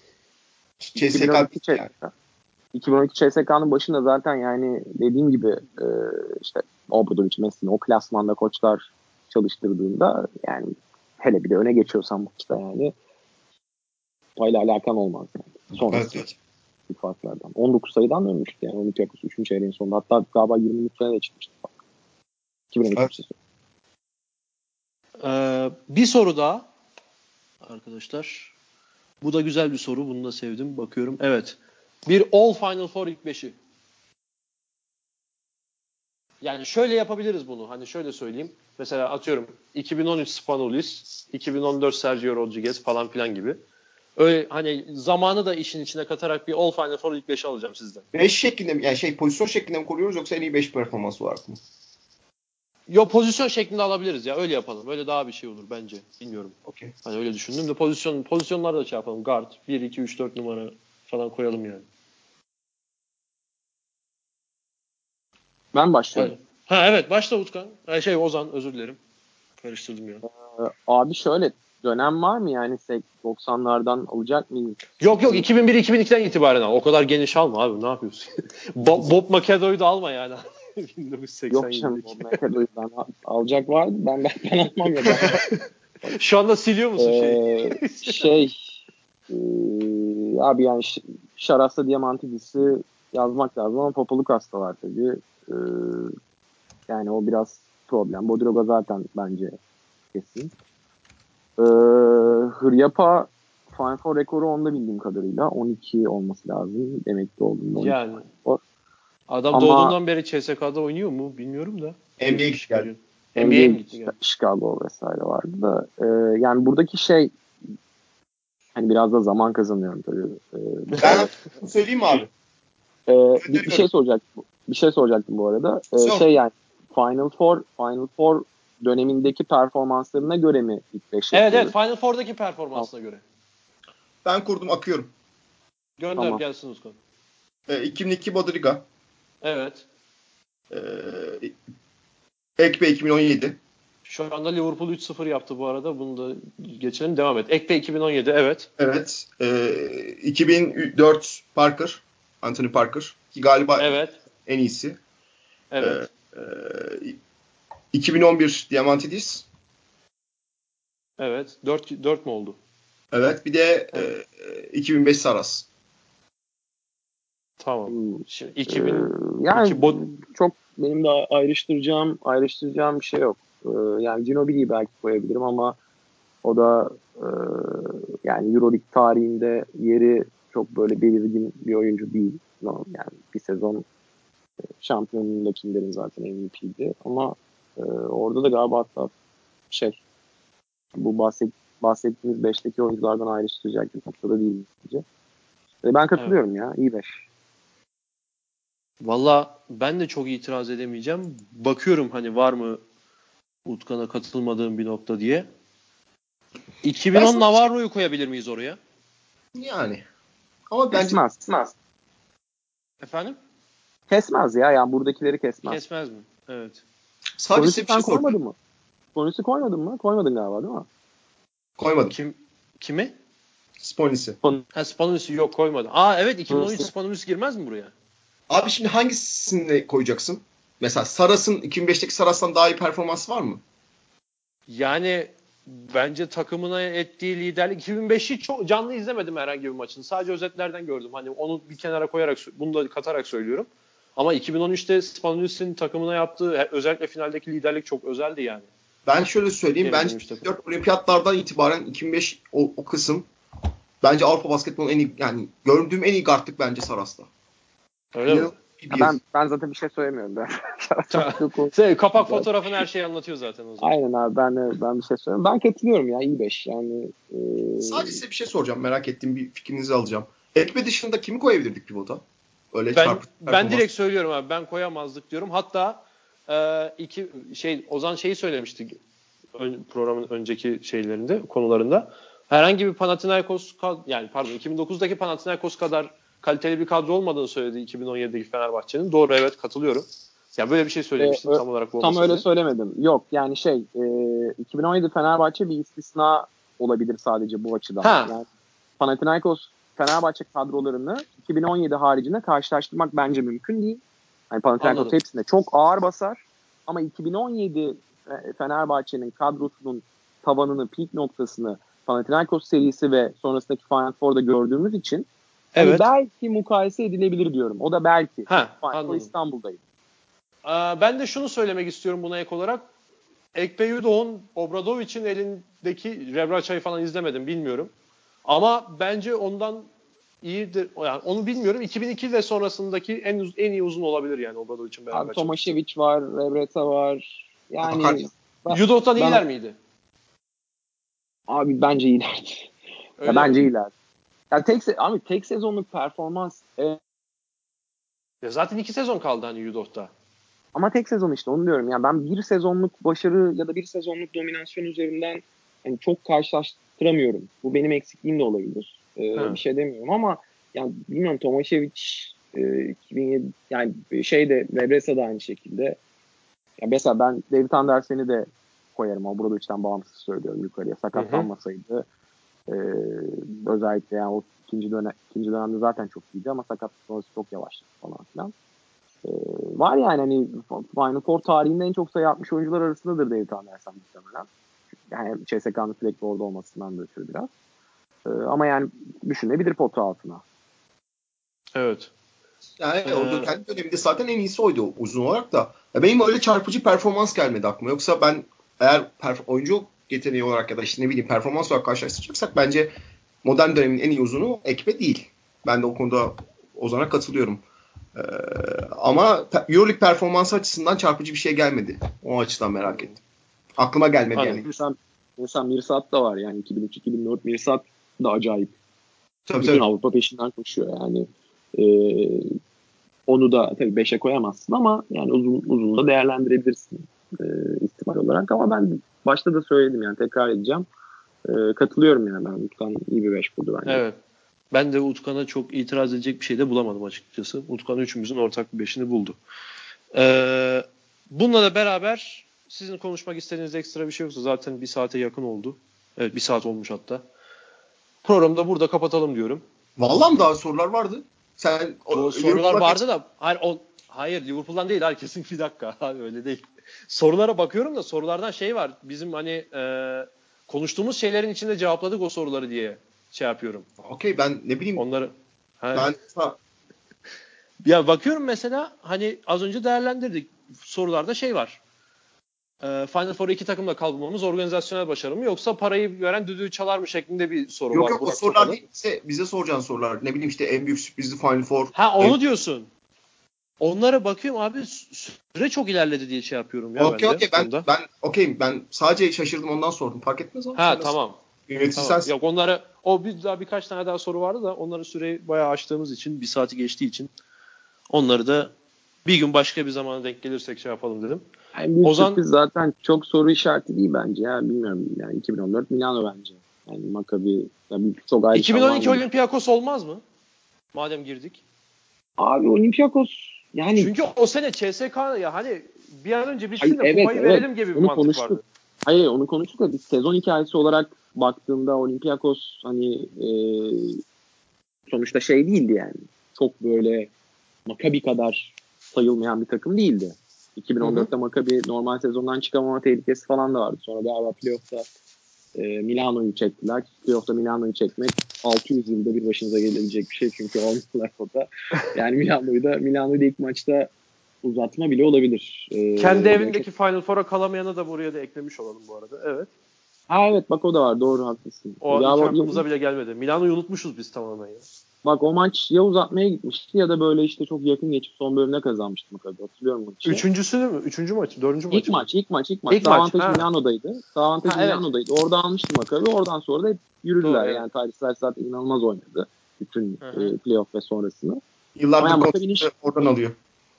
C S K iki bin on iki yani. iki bin on iki C S K'nın başında zaten yani dediğim gibi e, işte Obradovic, Messina o klasmanda koçlar çalıştırdığında yani hele bir de öne geçiyorsan maçta yani payla alakan olmaz yani. Sonrası evet, evet. farklardan. on dokuz sayıdan dönmüştü yani Olympiakos üçüncü çeyreğin sonunda. Hatta galiba yirmi üç sayıda çıkmıştı. iki bin on iki evet. Ee, bir soru daha arkadaşlar. Bu da güzel bir soru. Bunu da sevdim. Bakıyorum. Evet. Bir All Final Four ilk beşi. Yani şöyle yapabiliriz bunu. Hani şöyle söyleyeyim. Mesela atıyorum iki bin on üç Spanulis, iki bin on dört Sergio Rodriguez falan filan gibi. Öyle hani zamanı da işin içine katarak bir All Final Four ilk beşi alacağım sizden. beş şeklinde mi? Yani şey pozisyon şeklinde mi koruyoruz yoksa en iyi beş performansı olarak mı? Yo pozisyon şeklinde alabiliriz ya. Öyle yapalım. Öyle daha bir şey olur bence. Bilmiyorum. Okay. Hani öyle düşündüm de pozisyon pozisyonlarda da şey yapalım. Guard bir iki üç dört numara falan koyalım yani. Ben başlıyorum. Evet. Ha evet başla Utkan. Ha, şey Ozan özür dilerim. Karıştırdım ya. Ee, abi şöyle dönem var mı yani doksanlardan alacak mıyız? Yok yok iki bin bir iki bin ikiden itibaren al. O kadar geniş alma abi. Ne yapıyorsun? Bob, Bob McAdoo'yu da alma yani. bin dokuz yüz seksen Yok canım Bob McAdoo'yu ben alacak vardı. Ben ben, ben atmam ya. Ben... Şu anda siliyor musun ee, şeyi? şey e, abi yani Şarasta Diamantidis'i yazmak lazım ama Papalukas da var tabii. Ee, yani o biraz problem. Bodiroga zaten bence kesin. Ee, Hıryapa Final Four rekoru onda bildiğim kadarıyla on iki olması lazım. Emekli olduğunda. Yani. Adam Ama, doğduğundan beri C S K'da oynuyor mu bilmiyorum da. N B A'ye geldi. N B A'ye mi gitti? Yani? Chicago vesaire vardı da e, yani buradaki şey hani biraz da zaman kazanıyorum tabii. E, ben söyleyeyim mi abi? E, bir, bir şey soracaktım. Bir şey soracaktım bu arada. E, so. Şey yani Final Four Final Four dönemindeki performanslarına göre mi ilk beş Evet yapıyoruz? evet Final Four'daki performansına tamam. göre. Ben kurdum, akıyorum. Gönder tamam. Gelsin Uzkan. E, iki bin iki Bodriga. Evet. E, Ekpe iki bin on yedi. Şu anda Liverpool üç sıfır yaptı bu arada. Bunu da geçelim. Devam et. Ekpe iki bin on yedi. Evet. Evet. E, iki bin dört Parker. Anthony Parker. Ki galiba evet. en iyisi. Evet. E, e, iki bin on bir Diamantidis. Evet. dört dört mü oldu? Evet. Bir de evet. e, iki bin beş Saras. Tamam. Şimdi iki bin ee, yani bo- çok benim de ayrıştıracağım ayrıştıracağım bir şey yok. Ee, yani Ginobili'yi belki koyabilirim ama o da e, yani Euroleague tarihinde yeri çok böyle belirgin bir oyuncu değil. Yani bir sezon şampiyonluğunda kimlerin zaten M V P'ydi ama e, orada da galiba hatta şey bu bahset, bahsettiğimiz beşteki oyunculardan ayrıştıracak bir noktada değil bence. E, ben katılıyorum evet. ya. İyi beş. Valla ben de çok itiraz edemeyeceğim. Bakıyorum hani var mı Utkan'a katılmadığım bir nokta diye. iki bin on ben Navarro'yu koyabilir miyiz oraya? Yani. Ama bence kesmez. kesmez. Efendim? Kesmez ya. Yani buradakileri kesmez. Kesmez mi? Evet. Sadece sen bir şey koymadın mı? Sponisi koymadın mı? Koymadın galiba değil mi? Koymadım. Kim kimi? Sponisi. Ha Sponisi yok koymadım. Aa evet iki bin on üç Sponisi girmez mi buraya? Abi şimdi hangisini koyacaksın? Mesela Saras'ın iki bin beşteki Saras'tan daha iyi performansı var mı? Yani bence takımına ettiği liderlik iki bin beşi çok canlı izlemedim herhangi bir maçını. Sadece özetlerden gördüm. Hani onu bir kenara koyarak bunu da katarak söylüyorum. Ama iki bin on üçte Spanulis'in takımına yaptığı özellikle finaldeki liderlik çok özeldi yani. Ben şöyle söyleyeyim. Bence dört olimpiyatlardan itibaren iki bin beş o, o kısım bence Avrupa basketbolunun en iyi yani gördüğüm en iyi guardlık bence Saras'ta. Öyle mi? Ben, ben zaten bir şey söylemiyorum. Ben. Sen kapak fotoğrafını her şeyi anlatıyor zaten o zaman. Aynen abi ben ben bir şey söylüyorum. Ben katılıyorum ya iyi beş yani. E... Sadece size bir şey soracağım. Merak ettiğim bir fikrinizi alacağım. Ekme dışında kimi koyabilirdik pivota? Öyle ben ben direkt söylüyorum abi. Ben koyamazdık diyorum. Hatta e, iki şey Ozan şeyi söylemişti ön, programın önceki şeylerinde, konularında. Herhangi bir Panathinaikos yani pardon iki bin dokuzdaki Panathinaikos kadar kaliteli bir kadro olmadığını söyledi iki bin on yedideki Fenerbahçe'nin. Doğru evet katılıyorum. Ya böyle bir şey söylemiştim ee, tam olarak bu Tam öyle diye. söylemedim. Yok yani şey e, iki bin on yedi Fenerbahçe bir istisna olabilir sadece bu açıdan. Ha. Yani Panathinaikos Fenerbahçe kadrolarını iki bin on yedi haricinde karşılaştırmak bence mümkün değil. Yani Panathinaikos Anladım. Hepsinde çok ağır basar ama iki bin on yedi Fenerbahçe'nin kadrosunun tavanını, peak noktasını Panathinaikos serisi ve sonrasındaki Final Four'da gördüğümüz için evet. Hani belki mukayese edilebilir diyorum. O da belki. Ha, Final İstanbul'dayım. Ben de şunu söylemek istiyorum buna ek olarak. Ekpe Yudoh'un Obradovic'in elindeki Rebraca'yı falan izlemedim bilmiyorum. Ama bence ondan iyidir. Yani onu bilmiyorum. iki bin iki ve sonrasındaki en uz- en iyi uzun olabilir yani Obradovic'in beraber çalışması. Tomašević var, Rebraca var. Yani Yudoh'tan ben, iyiler miydi? Abi bence iyilerdi. Ya bence iyilerdi. Ya tek se- abi tek sezonluk performans. E- ya zaten iki sezon kaldı hani Yudoh'ta. Ama tek sezon işte onu diyorum. Yani ben bir sezonluk başarı ya da bir sezonluk dominasyon üzerinden yani çok karşılaştıramıyorum. Bu benim eksikliğim de olabilir. Ee, bir şey demiyorum ama yani bilmiyorum Tomašević e, iki bin yedi yani şeyde Rebraca da aynı şekilde. Yani mesela ben David Andersen'i de koyarım. O burada içten bağımsız söylüyorum yukarıya. Sakatlanmasaydı e, özellikle yani o ikinci dönem ikinci dönemde zaten çok iyiydi ama sakatlık sonrası çok yavaşladı falan filan. Ee, var yani hani Final Four tarihinde en çok sayı atmış oyuncular arasındadır David Andersen muhtemelen. Yani C S K'nın sürekli orada olmasından da ötürü biraz. Ee, ama yani düşünebilir pota altına. Evet. Yani ee... o kendi döneminde zaten en iyisi oydu uzun olarak da. Ya benim öyle çarpıcı performans gelmedi aklıma. Yoksa ben eğer perf- oyuncu yeteneği olarak ya da işte ne bileyim performans olarak karşılaştıracaksak bence modern dönemin en iyi uzunu Ekpe değil. Ben de o konuda Ozan'a katılıyorum. Ee, ama EuroLeague performansı açısından çarpıcı bir şey gelmedi. O açıdan merak ettim. Aklıma gelmedi Aynen. yani. Mesela, mesela Mirsad da var yani iki bin üç iki bin dört Mirsad da acayip. Tabii, Bütün tabii. Avrupa peşinden koşuyor yani. Ee, onu da tabii beşe koyamazsın ama yani uzun uzun da değerlendirebilirsin e, ihtimal olarak. Ama ben başta da söyledim yani tekrar edeceğim. E, katılıyorum yani ben Utkan iyi bir beş buldu bence. Evet. Ben de Utkan'a çok itiraz edecek bir şey de bulamadım açıkçası. Utkan üçümüzün ortak bir beşini buldu. Ee, bununla da beraber sizin konuşmak istediğiniz ekstra bir şey yoksa zaten bir saate yakın oldu. Evet, bir saat olmuş hatta. Programı da burada kapatalım diyorum. Vallahi mi daha sorular vardı? Sen Bu sorular vardı da hayır, o, hayır Liverpool'dan değil herkesin bir dakika abi öyle değil. Sorulara bakıyorum da sorulardan şey var. Bizim hani e, konuştuğumuz şeylerin içinde cevapladık o soruları diye şey yapıyorum. Okey, ben ne bileyim. Onları he. Ben Ya bakıyorum mesela hani az önce değerlendirdik. Sorularda şey var. E, Final Four'a iki takımla kalmamız organizasyonel başarı mı yoksa parayı veren düdüğü çalar mı şeklinde bir soru yok var. yok o Burak sorular Sokalı. değil. Bize, bize soracağın sorular. Ne bileyim işte en büyük sürprizi Final Four. Ha onu en... diyorsun. Onlara bakıyorum abi süre çok ilerledi diye şey yapıyorum ya Okey ben de. okey ben Onda. ben okeyim. Ben sadece şaşırdım ondan sordum. Fark etmez abi. Ha Söyle. tamam. Yönetici Tamam. sensin. Yok onlara o bir daha birkaç tane daha soru vardı da onları süreyi bayağı açtığımız için bir saati geçtiği için onları da bir gün başka bir zamana denk gelirsek şey yapalım dedim. Yani büyük Ozan sürpriz zaten çok soru işareti değil bence ya bilmiyorum yani iki bin on dört Milano bence. Yani Maccabi yani çok ayrı iki bin on iki şaman Olympiakos olmaz mı? Madem girdik. Abi Olympiakos yani Çünkü o sene C S K ya hani bir an önce hayır, bitsin de evet, kupayı evet. verelim gibi bir Onu mantık konuştuk. vardı. Hayır onu konuştuk da biz sezon hikayesi olarak baktığımda Olympiakos hani e, sonuçta şey değildi yani. Çok böyle Maccabi kadar sayılmayan bir takım değildi. iki bin on dörtte Maccabi normal sezondan çıkamama tehlikesi falan da vardı. Sonra galiba playoff'ta e, Milano'yu çektiler. Playoff'ta Milano'yu çekmek altı yüz yılda bir başınıza gelebilecek bir şey. Çünkü olmadılar o da. Yani Milano'yu da Milano'yu da ilk maçta uzatma bile olabilir. Ee, Kendi evindeki çok... Final Four'a kalamayanı da buraya da eklemiş olalım bu arada. Evet. Ha evet bak o da var. Doğru haklısın. O Ya, hiç bak, aklımıza bile gelmedi. Milano'yu unutmuşuz biz tamamen ya. bak o maç ya uzatmaya gitmişti ya da böyle işte çok yakın geçip son bölümde kazanmıştı Maccabi. Hatırlıyorum maçı. Üçüncüsü değil mi? Üçüncü maç, dördüncü İlk maç mı? maç, ilk maç, ilk maç. İlk Sağ maç. avantajı Ha. Milano'daydı. Sağ avantajı Ha, evet. Milano'daydı. Orada almıştı Maccabi. Oradan sonra da hep yürüdüler. Doğru, evet. Yani Tyrese Rice zaten inanılmaz oynadı. Bütün e, playoff ve sonrasını. Yıllardır yani kontrolü oradan alıyor.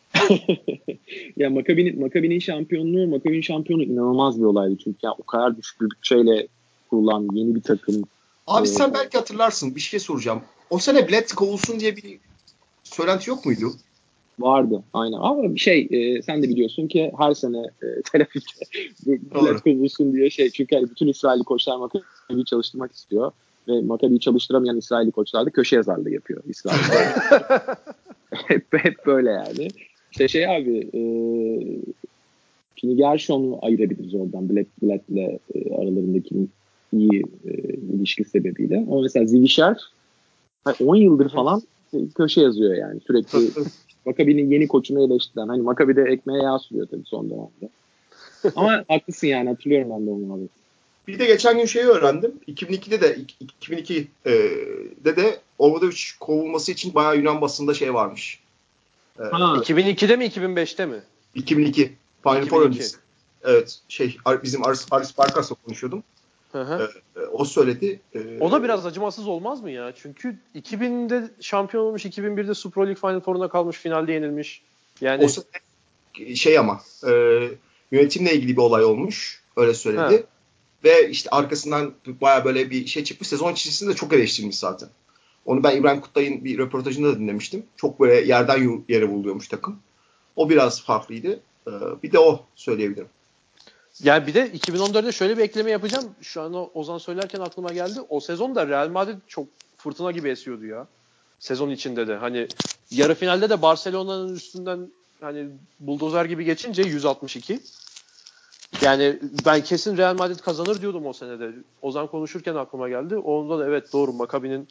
ya Maccabi'nin Maccabi'nin şampiyonluğu, Maccabi'nin şampiyonu inanılmaz bir olaydı. Çünkü ya o kadar düşük bir bütçeyle kurulan yeni bir takım. Abi ee, sen belki hatırlarsın. Bir şey soracağım. O sene Bled kovulsun diye bir söylenti yok muydu? Vardı. Aynen. Ama bir şey e, sen de biliyorsun ki her sene e, telafide Bled kovulsun diye şey. Çünkü hani bütün İsrailli koçlar Maccabi'yi çalıştırmak istiyor. Ve Maccabi'yi çalıştıramayan İsrailli koçlar da köşe yazarlığı yapıyor İsrail'de. hep, hep böyle yani. İşte şey abi e, Şimdi Gershon'u ayırabiliriz oradan Bled, Bled'le e, aralarındaki iyi e, ilişki sebebiyle. Ama mesela Zivişer on yıldır falan köşe yazıyor yani. Sürekli Maccabi'nin yeni koçunu eleştiren. Hani Maccabi'de ekmeğe yağ sürüyor tabii son dönemde. Ama haklısın yani hatırlıyorum ben de onu abi. Bir de geçen gün şeyi öğrendim. iki bin ikide de iki bin ikide de Obradovic kovulması için bayağı Yunan basında şey varmış. Ha. iki bin ikide mi iki bin beşte mi? iki bin iki Final Four öncesi. Evet, şey bizim Aris, Aris Barkas'la konuşuyordum. Hı hı. Ee, o söyledi. Ee, o da biraz acımasız olmaz mı ya? Çünkü iki binde şampiyon olmuş, iki bin birde Super League Final Four'una kalmış, finalde yenilmiş. Yani o şey ama e, yönetimle ilgili bir olay olmuş. Öyle söyledi. Ha. Ve işte arkasından baya böyle bir şey çıkmış. Sezon içerisinde de çok eleştirilmiş zaten. Onu ben İbrahim Kutlay'ın bir röportajında da dinlemiştim. Çok böyle yerden yere buluyormuş takım. O biraz farklıydı. Ee, bir de o söyleyebilirim. Yani bir de iki bin on dörtte şöyle bir ekleme yapacağım. Şu an o Ozan söylerken aklıma geldi. O sezon da Real Madrid çok fırtına gibi esiyordu ya. Sezon içinde de. Hani yarı finalde de Barcelona'nın üstünden hani buldozer gibi geçince yüz altmış iki. Yani ben kesin Real Madrid kazanır diyordum o senede. Ozan konuşurken aklıma geldi. Onda da evet doğru Maccabi'nin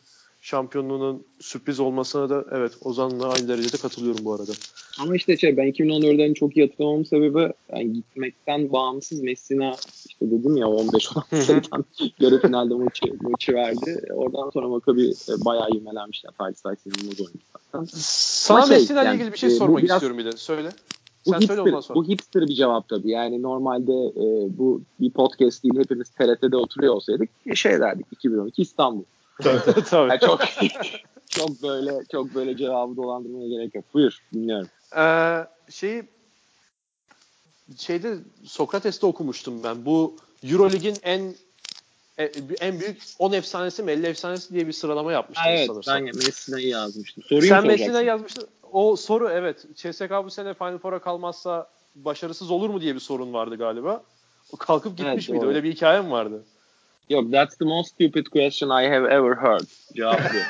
şampiyonluğunun sürpriz olmasına da evet Ozan'la aynı derecede katılıyorum bu arada. Ama işte şey ben iki bin on dört'ten çok iyi hatırlamamın sebebi yani gitmekten bağımsız Messina işte dedim ya on beş on altı sayıdan yarı finalde maçı, maçı verdi. Oradan sonra Maccabi bayağı ivmelenmişler. Paris Saint-Germain'in o oyuncu zaten. Sana şey, Messina'yla yani, ilgili bir şey sormak biraz, istiyorum bir de. Söyle. Bu Sen hipster, söyle ondan sonra. Bu hipster bir cevap tabii. Yani normalde e, bu bir podcast değil hepimiz T R T'de oturuyor olsaydık şey derdik iki bin on iki İstanbul. Tabii. Yani çok çok böyle çok böyle cevabı dolandırmaya gerek yok. Buyur dinliyorum. Ee, şeyi şeyde Sokrates'te okumuştum ben. Bu EuroLeague'in en en büyük on efsanesi mi elli efsanesi diye bir sıralama yapmıştınız evet, sanırsam. Evet ben Messina'yı yazmıştım. Soruyu Sen Messina'yı yazmıştın. O soru evet. C S K A bu sene Final Four'a kalmazsa başarısız olur mu diye bir sorun vardı galiba. O kalkıp gitmiş evet, miydi? Doğru. Öyle bir hikaye mi vardı? Yok, that's the most stupid question I have ever heard. Cevap bu.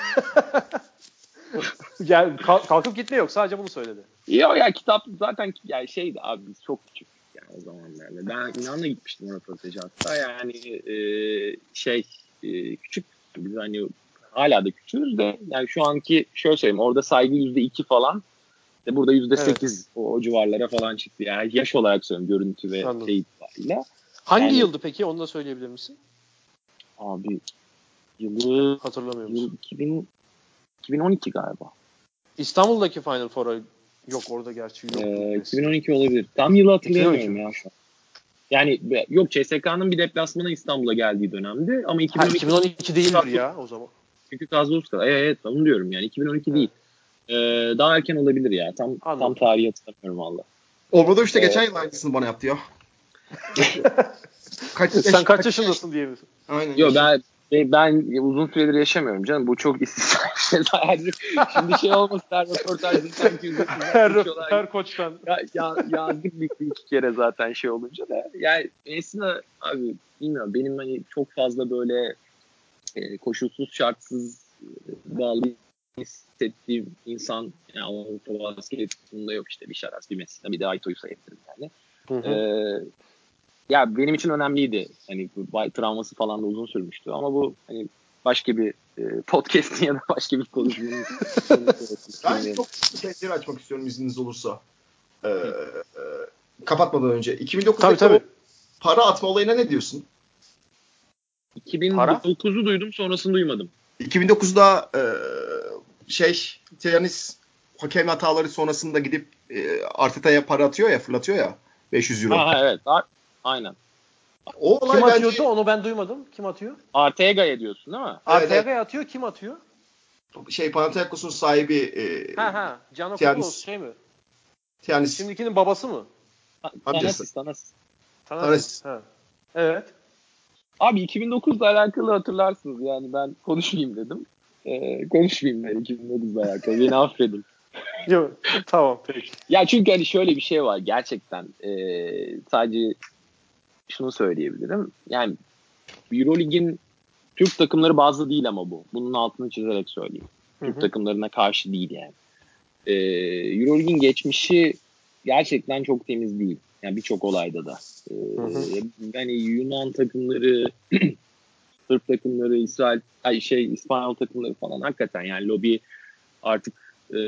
Yani kalkıp gitme yok. Sadece bunu söyledi. Yok ya kitap zaten yani şeydi abi biz çok küçük yani o zamanlarda. Ben İnan'la gitmiştim o röportajı hatta yani e, şey e, küçük biz hani hala da küçüğüz de yani şu anki şöyle söyleyeyim orada saygı yüzde iki falan işte burada yüzde sekiz evet. o, o civarlara falan çıktı. Yani yaş olarak söylüyorum görüntü ve Anladım. Şey itibariyle. Hangi yani, yıldı peki onu da söyleyebilir misin? Abi yılı hatırlamıyor musun? Yıl iki bin, iki bin on iki galiba. İstanbul'daki Final Four'a yok orada gerçi yok. Ee, iki bin on iki olabilir. Tam yılı hatırlayamıyorum ya şu an. Yani yok C S K A'nın bir deplasmana İstanbul'a geldiği dönemdi ama iki bin on iki, ha, iki bin on iki değildir ya o zaman. Çünkü Kazlowska. Evet, evet onu diyorum yani iki bin on iki evet. değil. Ee, daha erken olabilir ya. Tam Anladım. Tam tarihi hatırlamıyorum valla. Obrado işte ee, geçen yıl aynısını bana yaptı ya. kaç, Sen kaç, kaç yaşındasın diye mi? Aynen. Yok ben ben uzun süredir yaşamıyorum canım. Bu çok istisnai bir şey. Şimdi şey olmasın her röportajda sanki her, her koçtan. Ya, ya, yazdık bir, bir iki kere zaten şey olunca da. Yani aslında abi bilmiyorum benim hani çok fazla böyle e, koşulsuz şartsız e, bağlı hissettiğim insan yani Avrupa basketbolunda yok işte bir Şaras bir Messina bir de Aito'yu sayabilirim yani. Hı hı. Ee, ya benim için önemliydi. Hani bu travması falan da uzun sürmüştü ama bu hani başka bir e, podcast'in ya da başka bir konuşmanın. Ben çok pencere açmak istiyorum izniniz olursa. Ee, e, kapatmadan önce. iki bin dokuzdaki tabii, tabii. O para atma olayına ne diyorsun? iki bin dokuzu duydum sonrasını duymadım. iki bin dokuzda e, şey Tianis hakem hataları sonrasında gidip e, Arteta'ya para atıyor ya fırlatıyor ya beş yüz euro. Ha evet aynen. O olay kim atıyordu bence... onu ben duymadım. Kim atıyor? Arteaga'ya diyorsun değil mi? Evet, Arteaga'ya evet. atıyor kim atıyor? Şey Panathinaikos'un sahibi e, ha ha Giannokopulos şey mi? Tianis. Şimdikinin babası mı? Thanasis Thanasis. Thanasis. Ha. Evet. Abi iki bin dokuzla alakalı hatırlarsınız yani ben konuşmayayım dedim. Ee, konuşmayayım ben iki bin dokuzla alakalı. Beni affedin. Yok tamam peki. Ya çünkü hani şöyle bir şey var gerçekten e, sadece şunu söyleyebilirim. Yani EuroLeague'in Türk takımları bazlı değil ama bu. Bunun altını çizerek söyleyeyim. Hı hı. Türk takımlarına karşı değil yani. Ee, EuroLeague'in geçmişi gerçekten çok temiz değil. Yani birçok olayda da. Ee, hı hı. Yani Yunan takımları, Türk takımları, İsrail, ay şey İspanyol takımları falan hakikaten yani lobi artık e,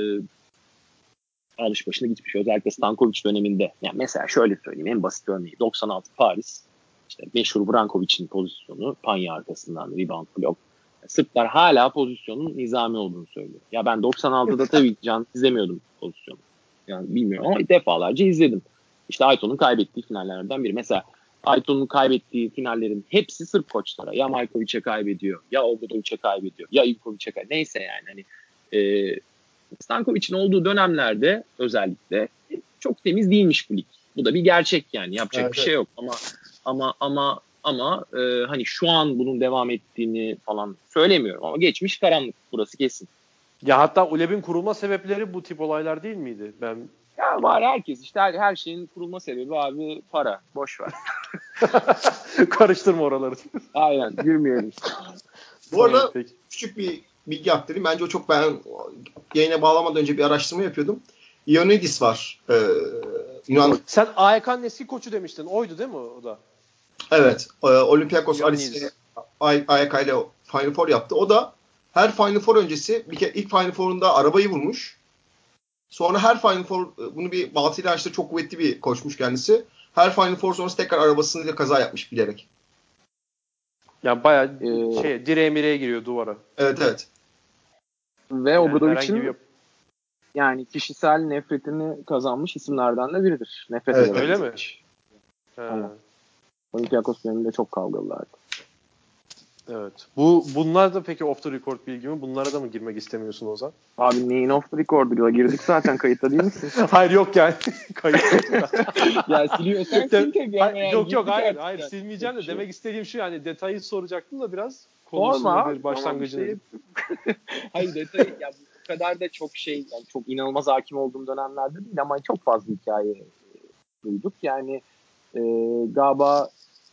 alış başına gitmiş. Özellikle Stankovic döneminde. Yani mesela şöyle söyleyeyim en basit örneği. doksan altı Paris. İşte meşhur Brankovic'in pozisyonu. Panya arkasından rebound blok. Sırplar hala pozisyonun nizami olduğunu söylüyor. Ya ben doksan altıda tabii can izlemiyordum pozisyonu. Yani bilmiyorum ama defalarca izledim. İşte Ayton'un kaybettiği finallerden biri. Mesela Ayton'un kaybettiği finallerin hepsi Sırp koçlara. Ya Markovic'e kaybediyor, ya Obradovic'e kaybediyor, ya Ivkovic'e kaybediyor. Neyse yani hani e, Stankovic'in olduğu dönemlerde özellikle çok temiz değilmiş bu lig. Bu da bir gerçek yani yapacak evet, bir şey yok ama ama ama ama e, hani şu an bunun devam ettiğini falan söylemiyorum ama geçmiş karanlık burası kesin. Ya hatta U L E B'in kurulma sebepleri bu tip olaylar değil miydi? Ben ya var herkes işte her, her şeyin kurulma sebebi abi para. Boş ver. Karıştırma oraları. Aynen girmeyelim. Bu arada Peki. küçük bir bilgi aktarayım. Bence o çok ben yayına bağlamadan önce bir araştırma yapıyordum. Ioannidis var. Ee, Yunan. Sen A Y K'nın eski koçu demiştin. Oydu değil mi o da? Evet. E, Olympiakos Aris'e A Y K ile Final Four yaptı. O da her Final Four öncesi bir kere ilk Final Four'unda arabayı vurmuş. Sonra her Final Four, bunu bir Batı ile açtı, çok kuvvetli bir koçmuş kendisi. Her Final Four sonrası tekrar arabasıyla kaza yapmış bilerek. Yani bayağı ee, şey direğe mireye giriyor duvara. Evet evet. Ve yani Obradovic'in bir... yani kişisel nefretini kazanmış isimlerden de biridir. Nefret evet, öyle mi? Tamam. Olympiakos döneminde çok kavgalılardı. Evet. Bu bunlar da peki off the record bilgi mi? Bunlara da mı girmek istemiyorsun Ozan? Abi neyin off the record'uyla girdik zaten, kayıtta değil misin? Hayır yok yani. Kayıtta. Ya siliyorsan sil tabii ama yani. Yok yok hayır hayır yani. Silmeyeceğim de şey. Demek istediğim şu, yani detayı soracaktım da biraz konusunu bir başlangıcını. Şey... hayır detayı ya bu kadar da çok şey, yani çok inanılmaz hakim olduğum dönemlerde değil ama çok fazla hikaye e, duyduk. Yani e, galiba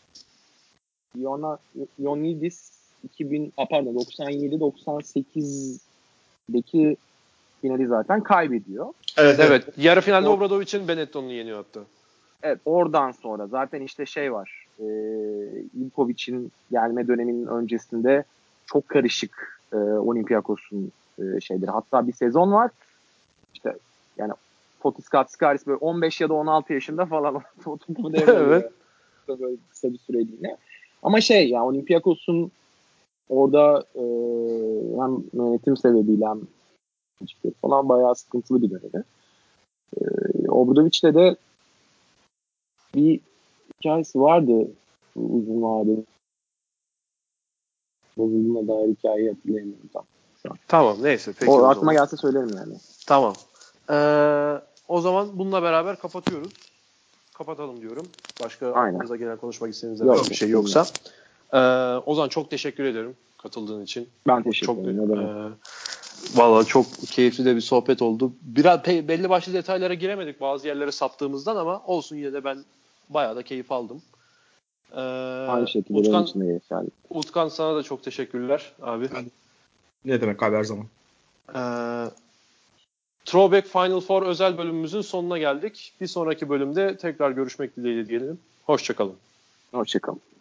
Yona, Ionidis iki bin pardon doksan yedi doksan sekizdeki finali zaten kaybediyor. Evet evet. evet. Yarı finalde Or- Obradovic'in Benetton'u yeniyor hatta. Evet, oradan sonra zaten işte şey var. E, Ivkovic'in gelme döneminin öncesinde çok karışık e, Olympiakos'un e, şeyleri. Hatta bir sezon var. İşte yani Fotis Katsikaris böyle on beş ya da on altı yaşında falan topu devralıyor. Evet. Böyle kısa bir süreliğine. Ama şey ya Olympiakos'un orada e, hem yönetim sebebiyle hem falan bayağı sıkıntılı bir dönemi. E, Obradovic'le de bir hikayesi vardı uzun vadeli. Bozulduğuna dair hikayeyi hatırlayamıyorum tam. Tamam neyse. Peki o, o aklıma zaman. gelse söylerim yani. Tamam. Ee, o zaman bununla beraber kapatıyoruz. Kapatalım diyorum. Başka Aynen. aklınıza gelen konuşmak istediğinizde yok, bir şey yoksa. Ee, Ozan çok teşekkür ederim katıldığın için. Ben teşekkür ederim. Çok, e, Valla çok keyifli de bir sohbet oldu. Biraz pe- belli başlı detaylara giremedik bazı yerlere saptığımızdan ama olsun, yine de ben bayağı da keyif aldım. Ee, Aynı şekilde Utkan, benim için de geçerli. Utkan sana da çok teşekkürler abi. Yani, ne demek abi, her zaman. Ee, Throwback Final Four özel bölümümüzün sonuna geldik. Bir sonraki bölümde tekrar görüşmek dileğiyle diyelim. Hoşçakalın. Hoşçakalın.